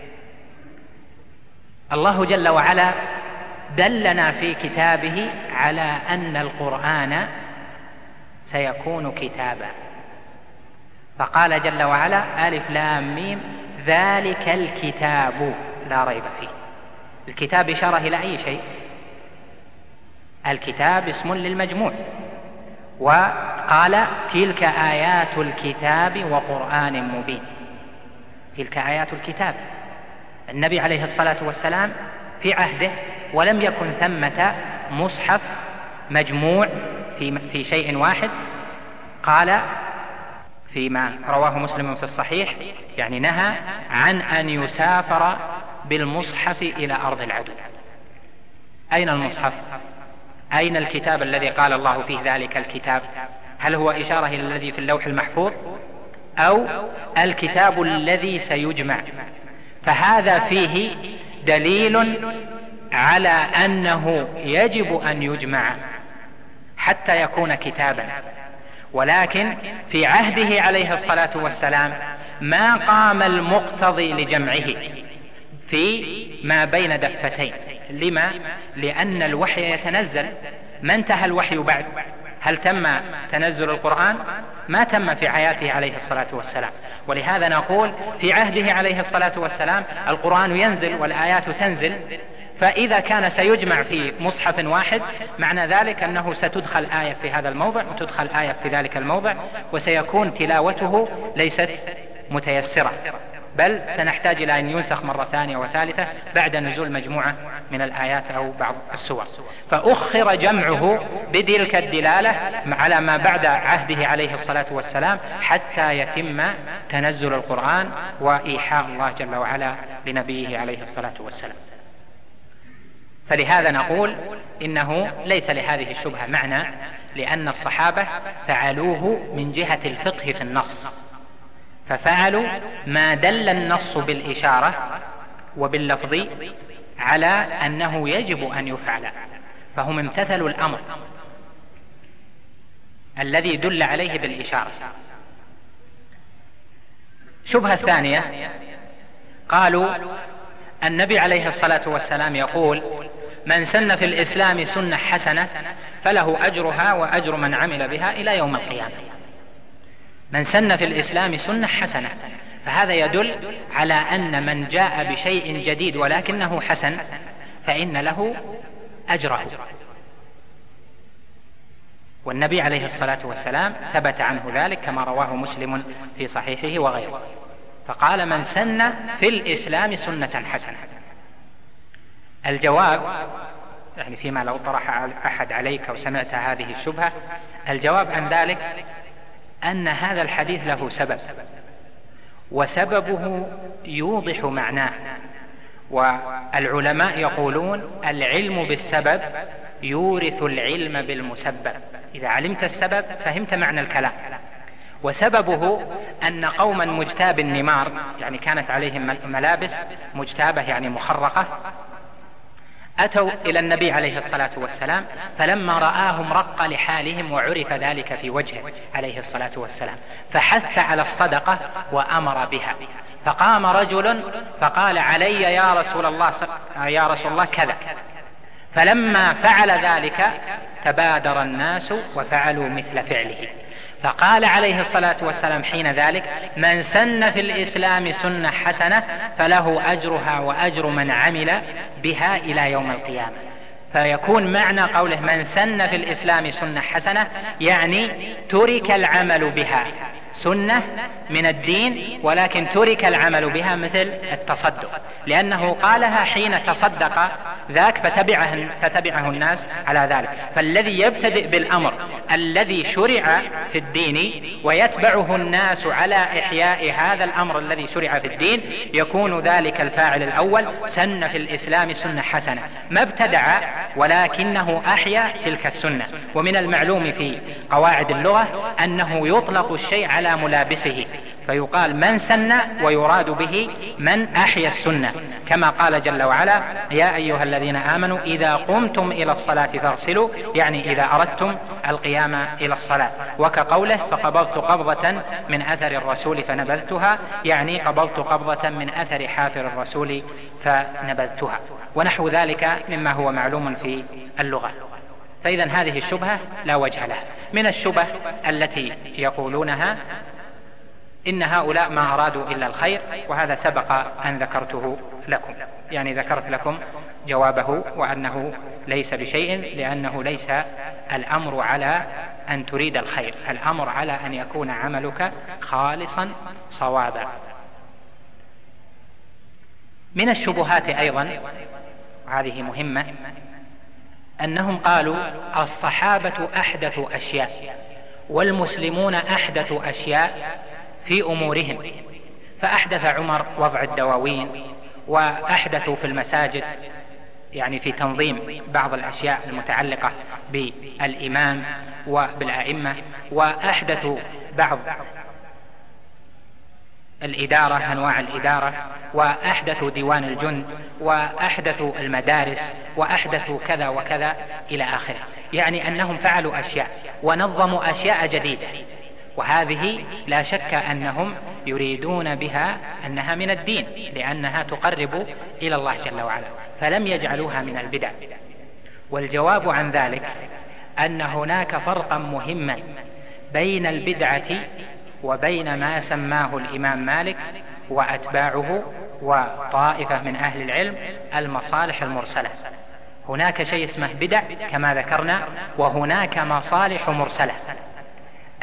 الله جل وعلا دلنا في كتابه على أن القرآن سيكون كتابا، فقال جل وعلا: ألف لام ميم ذلك الكتاب لا ريب فيه. الكتاب إشارة إلى أي شيء؟ الكتاب اسم للمجموع. وقال: تلك آيات الكتاب وقرآن مبين. تلك آيات الكتاب. النبي عليه الصلاة والسلام في عهده ولم يكن ثمة مصحف مجموع في في شيء واحد. قال فيما رواه مسلم في الصحيح، يعني نهى عن أن يسافر بالمصحف إلى أرض العدو. أين المصحف؟ أين الكتاب الذي قال الله فيه ذلك الكتاب؟ هل هو إشارة إلى الذي في اللوح المحفوظ أو الكتاب الذي سيجمع؟ فهذا فيه دليل على أنه يجب أن يجمع حتى يكون كتابا، ولكن في عهده عليه الصلاة والسلام ما قام المقتضي لجمعه في ما بين دفتين. لما؟ لأن الوحي يتنزل. ما انتهى الوحي بعد؟ هل تم تنزل القرآن؟ ما تم في حياته عليه الصلاة والسلام. ولهذا نقول في عهده عليه الصلاة والسلام القرآن ينزل والآيات تنزل، فإذا كان سيجمع في مصحف واحد معنى ذلك أنه ستدخل آية في هذا الموضع وتدخل آية في ذلك الموضع، وسيكون تلاوته ليست متيسرة، بل سنحتاج إلى أن ينسخ مرة ثانية وثالثة بعد نزول مجموعة من الآيات أو بعض السور. فأخر جمعه بتلك الدلالة على ما بعد عهده عليه الصلاة والسلام حتى يتم تنزل القرآن وإيحاء الله جل وعلا لنبيه عليه الصلاة والسلام. فلهذا نقول إنه ليس لهذه الشبهة معنى، لأن الصحابة فعلوه من جهة الفقه في النص، ففعلوا ما دل النص بالإشارة وباللفظ على أنه يجب أن يفعل، فهم امتثلوا الأمر الذي دل عليه بالإشارة. شبهة الثانية، قالوا النبي عليه الصلاة والسلام يقول: من سن في الإسلام سنة حسنة فله أجرها وأجر من عمل بها إلى يوم القيامة. من سن في الإسلام سنة حسنة، فهذا يدل على أن من جاء بشيء جديد ولكنه حسن فإن له أجره. والنبي عليه الصلاة والسلام ثبت عنه ذلك كما رواه مسلم في صحيحه وغيره، فقال: من سن في الإسلام سنة حسنة. الجواب، يعني فيما لو طرح أحد عليك وسمعت هذه الشبهة، الجواب عن ذلك أن هذا الحديث له سبب، وسببه يوضح معناه. والعلماء يقولون: العلم بالسبب يورث العلم بالمسبب. إذا علمت السبب فهمت معنى الكلام. وسببه أن قوما مجتاب النمار، يعني كانت عليهم ملابس مجتابة يعني مخرقة، أتوا إلى النبي عليه الصلاة والسلام، فلما رآهم رق لحالهم وعرف ذلك في وجهه عليه الصلاة والسلام، فحث على الصدقة وأمر بها. فقام رجل فقال: علي يا رسول الله يا رسول الله كذا. فلما فعل ذلك تبادر الناس وفعلوا مثل فعله. فقال عليه الصلاة والسلام حين ذلك: من سن في الإسلام سنة حسنة فله أجرها وأجر من عمل بها إلى يوم القيامة. فيكون معنى قوله من سن في الإسلام سنة حسنة يعني ترك العمل بها، سنة من الدين ولكن ترك العمل بها، مثل التصدق، لأنه قالها حين تصدق ذاك فتبعه, فتبعه الناس على ذلك. فالذي يبتدئ بالأمر الذي شرع في الدين ويتبعه الناس على إحياء هذا الأمر الذي شرع في الدين يكون ذلك الفاعل الأول سن في الإسلام سنة حسنة، ما ابتدع ولكنه أحيا تلك السنة. ومن المعلوم في قواعد اللغة أنه يطلق الشيء على ملابسه، فيقال من سن ويراد به من أحيا السنة، كما قال جل وعلا: يا أيها الذين آمنوا إذا قمتم إلى الصلاة فاغسلوا، يعني إذا أردتم القيام إلى الصلاة. وكقوله: فقبضت قبضة من أثر الرسول فنبذتها، يعني قبضت قبضة من أثر حافر الرسول فنبذتها، ونحو ذلك مما هو معلوم في اللغة. فإذا هذه الشبهة لا وجه لها. من الشبه التي يقولونها إن هؤلاء ما أرادوا إلا الخير، وهذا سبق أن ذكرته لكم، يعني ذكرت لكم جوابه وأنه ليس بشيء، لأنه ليس الأمر على أن تريد الخير، الأمر على أن يكون عملك خالصا صوابا. من الشبهات أيضا، وهذه مهمة، أنهم قالوا الصحابة أحدثوا أشياء والمسلمون أحدثوا أشياء في أمورهم. فأحدث عمر وضع الدواوين، وأحدثوا في المساجد يعني في تنظيم بعض الأشياء المتعلقة بالإمام وبالأئمة، وأحدثوا بعض الإدارة، أنواع الإدارة، وأحدثوا ديوان الجند، وأحدثوا المدارس، وأحدثوا كذا وكذا إلى آخره. يعني أنهم فعلوا أشياء ونظموا أشياء جديدة، وهذه لا شك أنهم يريدون بها أنها من الدين، لأنها تقرب إلى الله جل وعلا، فلم يجعلوها من البدع. والجواب عن ذلك أن هناك فرقا مهما بين البدعة وبين ما سماه الإمام مالك وأتباعه وطائفة من أهل العلم المصالح المرسلة. هناك شيء اسمه بدع كما ذكرنا، وهناك مصالح مرسلة.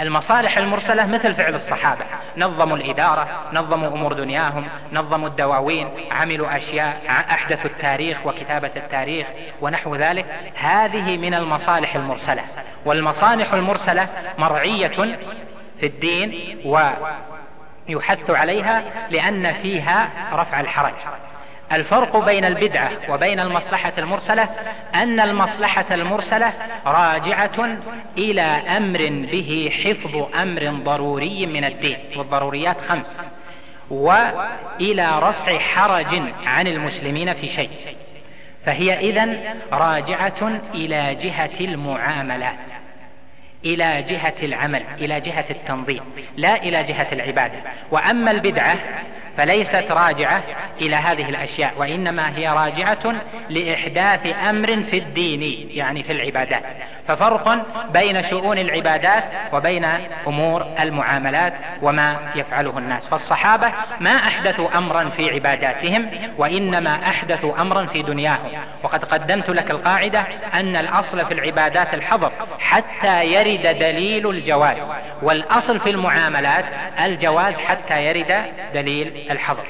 المصالح المرسلة مثل فعل الصحابة، نظموا الإدارة، نظموا أمور دنياهم، نظموا الدواوين، عملوا أشياء، أحدثوا التاريخ وكتابة التاريخ ونحو ذلك. هذه من المصالح المرسلة. والمصالح المرسلة مرعية في الدين ويحث عليها لأن فيها رفع الحرج. الفرق بين البدعة وبين المصلحة المرسلة أن المصلحة المرسلة راجعة إلى أمر به حفظ أمر ضروري من الدين، والضروريات خمس، وإلى رفع حرج عن المسلمين في شيء، فهي إذن راجعة إلى جهة المعاملات، إلى جهة العمل، إلى جهة التنظيم، لا إلى جهة العبادة. وأما البدعة فليست راجعة إلى هذه الأشياء، وإنما هي راجعة لإحداث أمر في الدين، يعني في العبادات. ففرق بين شؤون العبادات وبين أمور المعاملات وما يفعله الناس. فالصحابة ما أحدثوا أمرا في عباداتهم، وإنما أحدثوا أمرا في دنياهم. وقد قدمت لك القاعدة أن الأصل في العبادات الحظر حتى يرد دليل الجواز، والأصل في المعاملات الجواز حتى يرد دليل الحظر.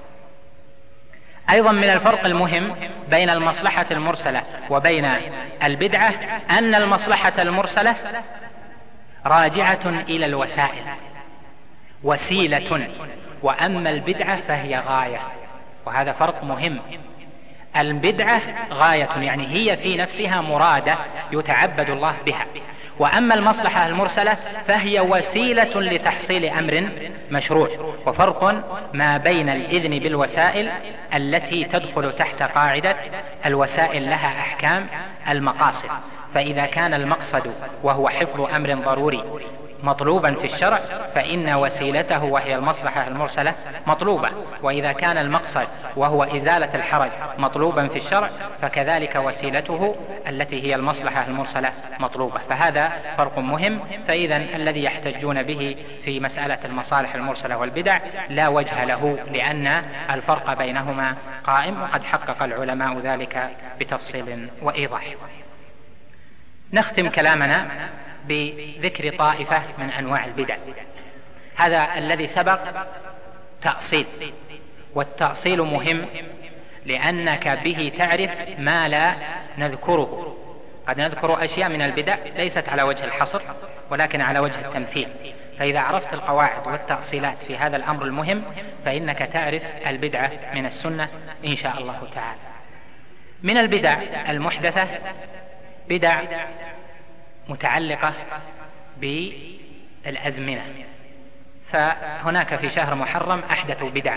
أيضا من الفرق المهم بين المصلحة المرسلة وبين البدعة أن المصلحة المرسلة راجعة إلى الوسائل، وسيلة، وأما البدعة فهي غاية. وهذا فرق مهم. البدعة غاية، يعني هي في نفسها مرادة يتعبد الله بها، وأما المصلحة المرسلة فهي وسيلة لتحصيل أمر مشروع. وفرق ما بين الإذن بالوسائل التي تدخل تحت قاعدة الوسائل لها أحكام المقاصد، فإذا كان المقصد وهو حفظ أمر ضروري مطلوبا في الشرع فإن وسيلته وهي المصلحة المرسلة مطلوبة، وإذا كان المقصد وهو إزالة الحرج مطلوبا في الشرع فكذلك وسيلته التي هي المصلحة المرسلة مطلوبة. فهذا فرق مهم. فإذا الذي يحتجون به في مسألة المصالح المرسلة والبدع لا وجه له، لأن الفرق بينهما قائم، وقد حقق العلماء ذلك بتفصيل وإيضاح. نختم كلامنا بذكر طائفة من أنواع البدع. هذا الذي سبق تأصيل، والتأصيل مهم لأنك به تعرف ما لا نذكره. قد نذكر أشياء من البدع ليست على وجه الحصر ولكن على وجه التمثيل، فإذا عرفت القواعد والتأصيلات في هذا الأمر المهم فإنك تعرف البدعة من السنة إن شاء الله تعالى. من البدع المحدثة بدع متعلقة بالأزمنة، فهناك في شهر محرم أحدثوا بدعا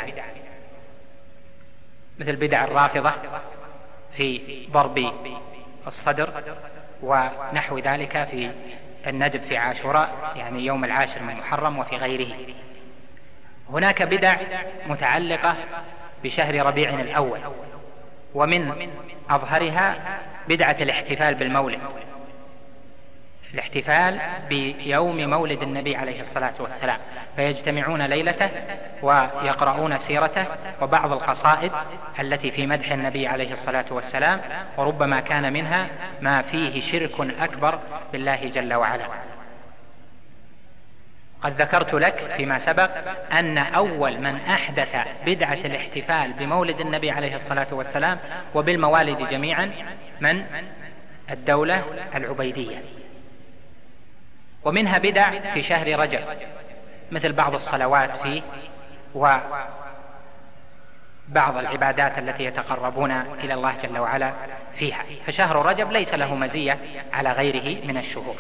مثل بدع الرافضة في ضرب الصدر ونحو ذلك في الندب في عاشوراء، يعني يوم العاشر من محرم، وفي غيره. هناك بدع متعلقة بشهر ربيع الأول، ومن أظهرها بدعة الاحتفال بالمولد، الاحتفال بيوم مولد النبي عليه الصلاة والسلام، فيجتمعون ليلته ويقرؤون سيرته وبعض القصائد التي في مدح النبي عليه الصلاة والسلام، وربما كان منها ما فيه شرك أكبر بالله جل وعلا. قد ذكرت لك فيما سبق أن أول من أحدث بدعة الاحتفال بمولد النبي عليه الصلاة والسلام وبالموالد جميعا من الدولة العبيدية. ومنها بدع في شهر رجب مثل بعض الصلوات فيه وبعض العبادات التي يتقربون إلى الله جل وعلا فيها، فشهر رجب ليس له مزية على غيره من الشهور.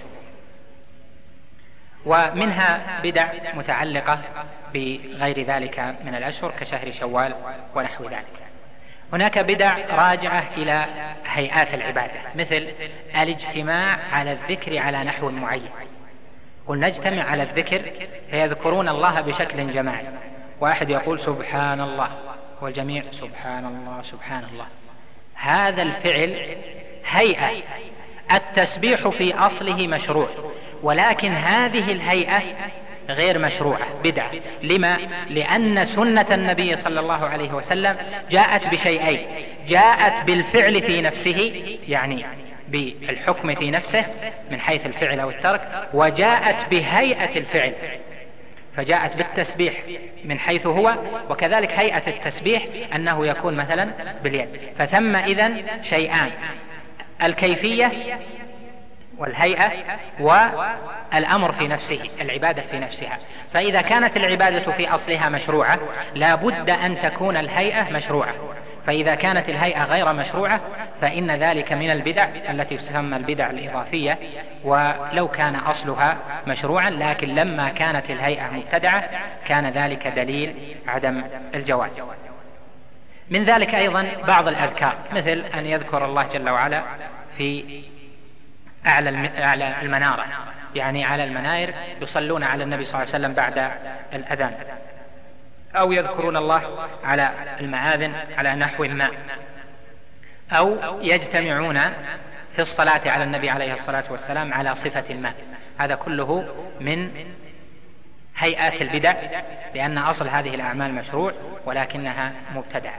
ومنها بدع متعلقة بغير ذلك من الأشهر كشهر شوال ونحو ذلك. هناك بدع راجعة إلى هيئات العبادة مثل الاجتماع على الذكر على نحو معين. قلنا نجتمع على الذكر فيذكرون الله بشكل جماعي، واحد يقول سبحان الله والجميع سبحان الله سبحان الله. هذا الفعل هيئة، التسبيح في أصله مشروع، ولكن هذه الهيئة غير مشروعة، بدعة. لما؟ لأن سنة النبي صلى الله عليه وسلم جاءت بشيئين: جاءت بالفعل في نفسه، يعني بالحكم في نفسه من حيث الفعل أو الترك، وجاءت بهيئة الفعل فجاءت بالتسبيح من حيث هو، وكذلك هيئة التسبيح أنه يكون مثلا باليد. فثم إذن شيئان: الكيفية والهيئة والأمر في نفسه، العبادة في نفسها. فإذا كانت العبادة في أصلها مشروعة لا بد أن تكون الهيئة مشروعة، فإذا كانت الهيئة غير مشروعة فإن ذلك من البدع التي تسمى البدع الإضافية، ولو كان أصلها مشروعا لكن لما كانت الهيئة مبتدعة كان ذلك دليل عدم الجواز. من ذلك أيضا بعض الأذكار، مثل أن يذكر الله جل وعلا في أعلى المنارة، يعني على المناير يصلون على النبي صلى الله عليه وسلم بعد الأذان، أو يذكرون الله على المآذن على نحو ما، أو يجتمعون في الصلاة على النبي عليه الصلاة والسلام على صفة ما. هذا كله من هيئات البدع، لأن أصل هذه الأعمال مشروع ولكنها مبتدعة.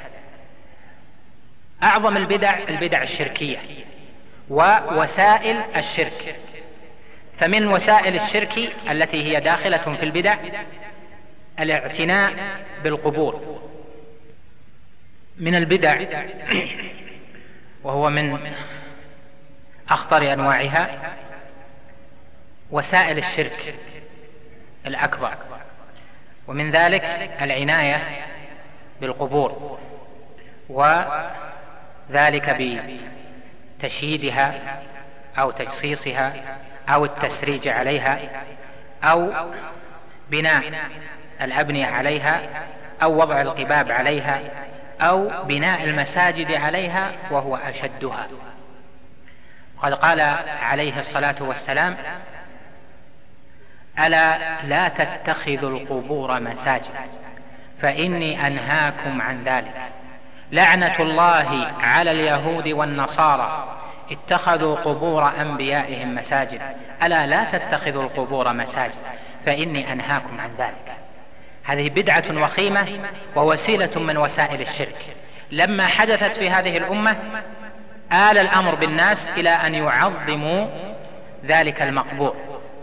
أعظم البدع البدع الشركية ووسائل الشرك. فمن وسائل الشرك التي هي داخلة في البدع الاعتناء بالقبور. من البدع وهو من أخطر أنواعها وسائل الشرك الأكبر، ومن ذلك العناية بالقبور، وذلك بتشييدها أو تجصيصها أو التسريج عليها أو بناء الأبنية عليها أو وضع القباب عليها أو بناء المساجد عليها وهو أشدها. قد قال عليه الصلاة والسلام: ألا لا تتخذوا القبور مساجد فإني أنهاكم عن ذلك، لعنة الله على اليهود والنصارى اتخذوا قبور أنبيائهم مساجد، ألا لا تتخذوا القبور مساجد فإني أنهاكم عن ذلك. هذه بدعة وخيمة ووسيلة من وسائل الشرك. لما حدثت في هذه الأمة آل الأمر بالناس إلى أن يعظموا ذلك المقبور،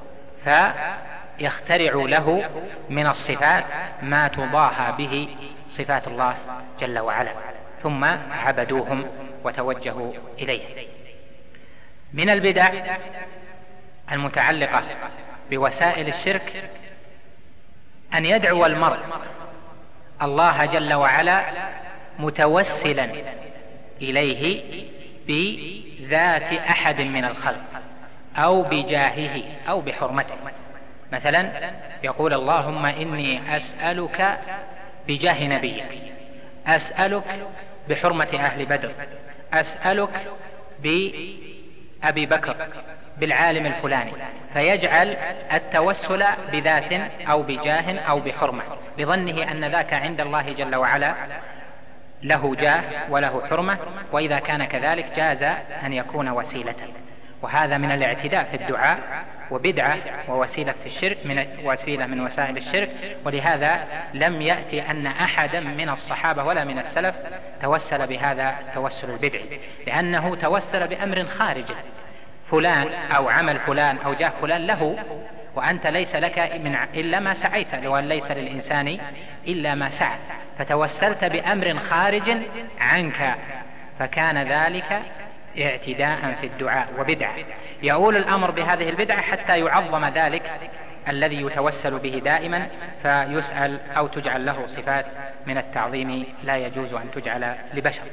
فيخترعوا له من الصفات ما تضاهى به صفات الله جل وعلا، ثم عبدوهم وتوجهوا إليه. من البدع المتعلقة بوسائل الشرك أن يدعو المرء الله جل وعلا متوسلا إليه بذات أحد من الخلق أو بجاهه أو بحرمته. مثلا يقول: اللهم إني أسألك بجاه نبيك، أسألك بحرمة أهل بدر، أسألك بأبي بكر، بالعالم الفلاني، فيجعل التوسل بذات أو بجاه أو بحرمة بظنه أن ذاك عند الله جل وعلا له جاه وله حرمة، وإذا كان كذلك جاز أن يكون وسيلة. وهذا من الاعتداء في الدعاء وبدعة ووسيلة في الشرك، من وسيلة من وسائل الشرك. ولهذا لم يأتي أن أحدا من الصحابة ولا من السلف توسل بهذا التوسل البدعي، لأنه توسل بأمر خارج، فلان أو عمل فلان أو جاه فلان له، وأنت ليس لك من إلا ما سعيت، وأن ليس للإنسان إلا ما سعى، فتوسلت بأمر خارج عنك، فكان ذلك اعتداء في الدعاء وبدعة. يؤول الأمر بهذه البدعة حتى يعظم ذلك الذي يتوسل به دائما، فيسأل أو تجعل له صفات من التعظيم لا يجوز أن تجعل لبشر.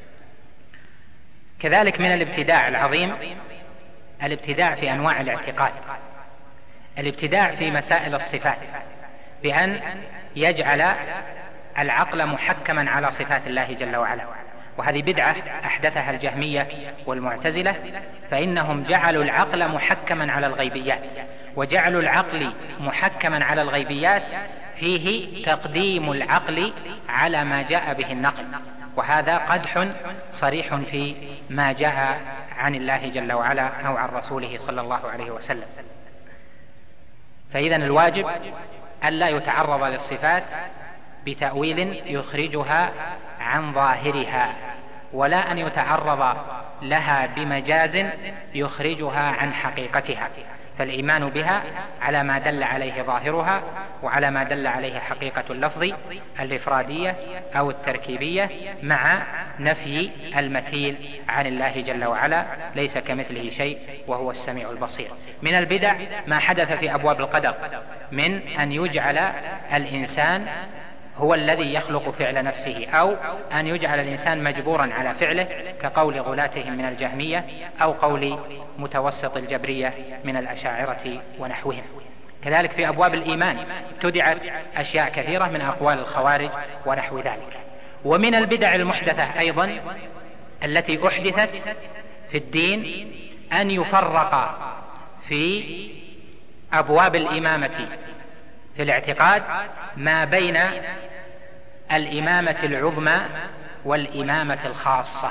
كذلك من الابتداع العظيم الابتداع في أنواع الاعتقاد، الابتداع في مسائل الصفات، بأن يجعل العقل محكما على صفات الله جل وعلا. وهذه بدعة أحدثها الجهمية والمعتزلة، فإنهم جعلوا العقل محكما على الغيبيات، وجعلوا العقل محكما على الغيبيات فيه تقديم العقل على ما جاء به النقل، وهذا قدح صريح في ما جاء عن الله جل وعلا أو عن رسوله صلى الله عليه وسلم. فإذن الواجب ألا يتعرض للصفات بتأويل يخرجها عن ظاهرها، ولا أن يتعرض لها بمجاز يخرجها عن حقيقتها، فالإيمان بها على ما دل عليه ظاهرها وعلى ما دل عليه حقيقة اللفظ الإفرادية أو التركيبية، مع نفي المثيل عن الله جل وعلا، ليس كمثله شيء وهو السميع البصير. من البدع ما حدث في أبواب القدر من أن يجعل الإنسان هو الذي يخلق فعل نفسه، أو أن يجعل الإنسان مجبورا على فعله، كقول غلاتهم من الجهمية أو قول متوسط الجبرية من الأشاعرة ونحوهم. كذلك في أبواب الإيمان ابتدعت أشياء كثيرة من أقوال الخوارج ونحو ذلك. ومن البدع المحدثة أيضا التي أحدثت في الدين أن يفرق في أبواب الإمامة في الاعتقاد ما بين الإمامة العظمى والإمامة الخاصة.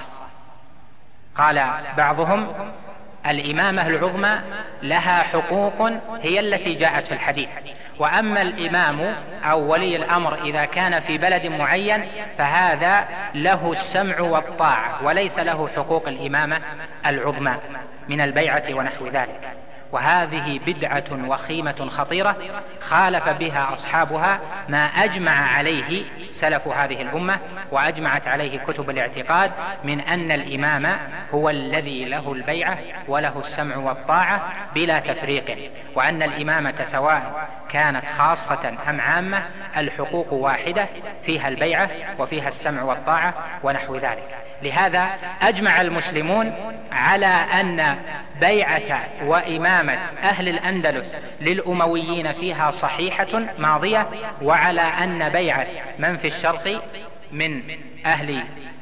قال بعضهم الإمامة العظمى لها حقوق هي التي جاءت في الحديث، وأما الإمام أو ولي الأمر إذا كان في بلد معين فهذا له السمع والطاعة وليس له حقوق الإمامة العظمى من البيعة ونحو ذلك. وهذه بدعة وخيمة خطيرة خالف بها أصحابها ما أجمع عليه سلف هذه الأمة وأجمعت عليه كتب الاعتقاد من أن الإمام هو الذي له البيعة وله السمع والطاعة بلا تفريق، وأن الإمامة سواء كانت خاصة أم عامة الحقوق واحدة، فيها البيعة وفيها السمع والطاعة ونحو ذلك. لهذا أجمع المسلمون على أن بيعة وإمامة أهل الأندلس للأمويين فيها صحيحة ماضية، وعلى أن بيعة من في الشرق من أهل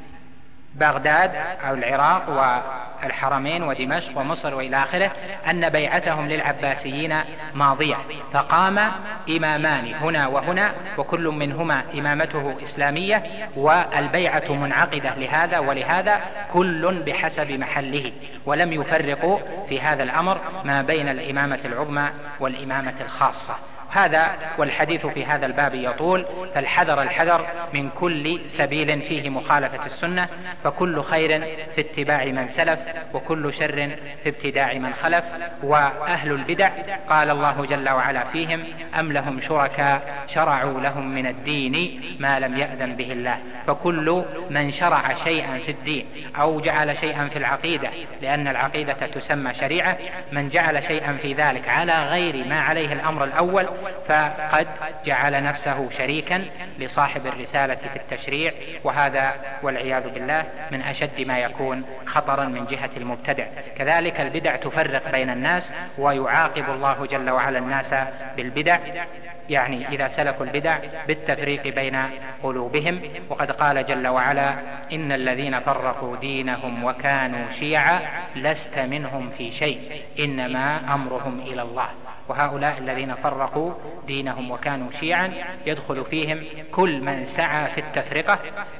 بغداد أو العراق والحرمين ودمشق ومصر وإلى آخره أن بيعتهم للعباسيين ماضية، فقام إمامان هنا وهنا وكل منهما إمامته إسلامية والبيعة منعقدة لهذا ولهذا كل بحسب محله، ولم يفرقوا في هذا الأمر ما بين الإمامة العظمى والإمامة الخاصة. هذا والحديث في هذا الباب يطول، فالحذر الحذر من كل سبيل فيه مخالفة السنة، فكل خير في اتباع من سلف وكل شر في ابتداع من خلف. وأهل البدع قال الله جل وعلا فيهم أم لهم شركاء شرعوا لهم من الدين ما لم يأذن به الله. فكل من شرع شيئا في الدين أو جعل شيئا في العقيدة، لأن العقيدة تسمى شريعة، من جعل شيئا في ذلك على غير ما عليه الأمر الأول فقد جعل نفسه شريكا لصاحب الرسالة في التشريع، وهذا والعياذ بالله من أشد ما يكون خطرا من جهة المبتدع. كذلك البدع تفرق بين الناس، ويعاقب الله جل وعلا الناس بالبدع، يعني إذا سلكوا البدع بالتفريق بين قلوبهم. وقد قال جل وعلا إن الذين فرقوا دينهم وكانوا شيعا لست منهم في شيء إنما أمرهم إلى الله. وهؤلاء الذين فرقوا دينهم وكانوا شيعا يدخل فيهم كل من سعى في التفرقة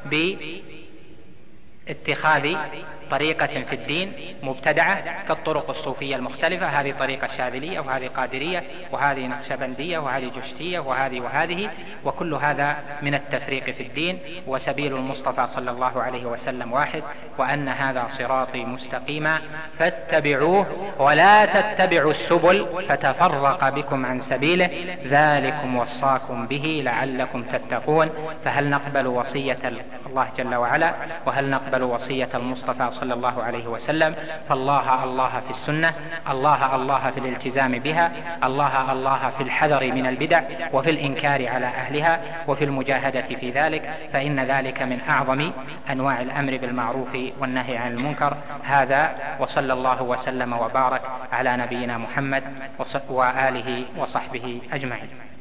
باتخاذ طريقة في الدين مبتدعة كالطرق الصوفية المختلفة، هذه طريقة شاذلية وهذه قادرية وهذه نقشبندية وهذه جشتية وهذه وهذه، وكل هذا من التفريق في الدين. وسبيل المصطفى صلى الله عليه وسلم واحد، وأن هذا صراطي مستقيما فاتبعوه ولا تتبعوا السبل فتفرق بكم عن سبيله ذلكم وصاكم به لعلكم تتقون. فهل نقبل وصية الله جل وعلا وهل نقبل وصية المصطفى صلى الله عليه وسلم؟ فالله الله في السنة، الله الله في الالتزام بها، الله الله في الحذر من البدع وفي الإنكار على أهلها وفي المجاهدة في ذلك، فإن ذلك من أعظم أنواع الأمر بالمعروف والنهي عن المنكر. هذا وصلى الله وسلم وبارك على نبينا محمد وآله وصحبه أجمعين.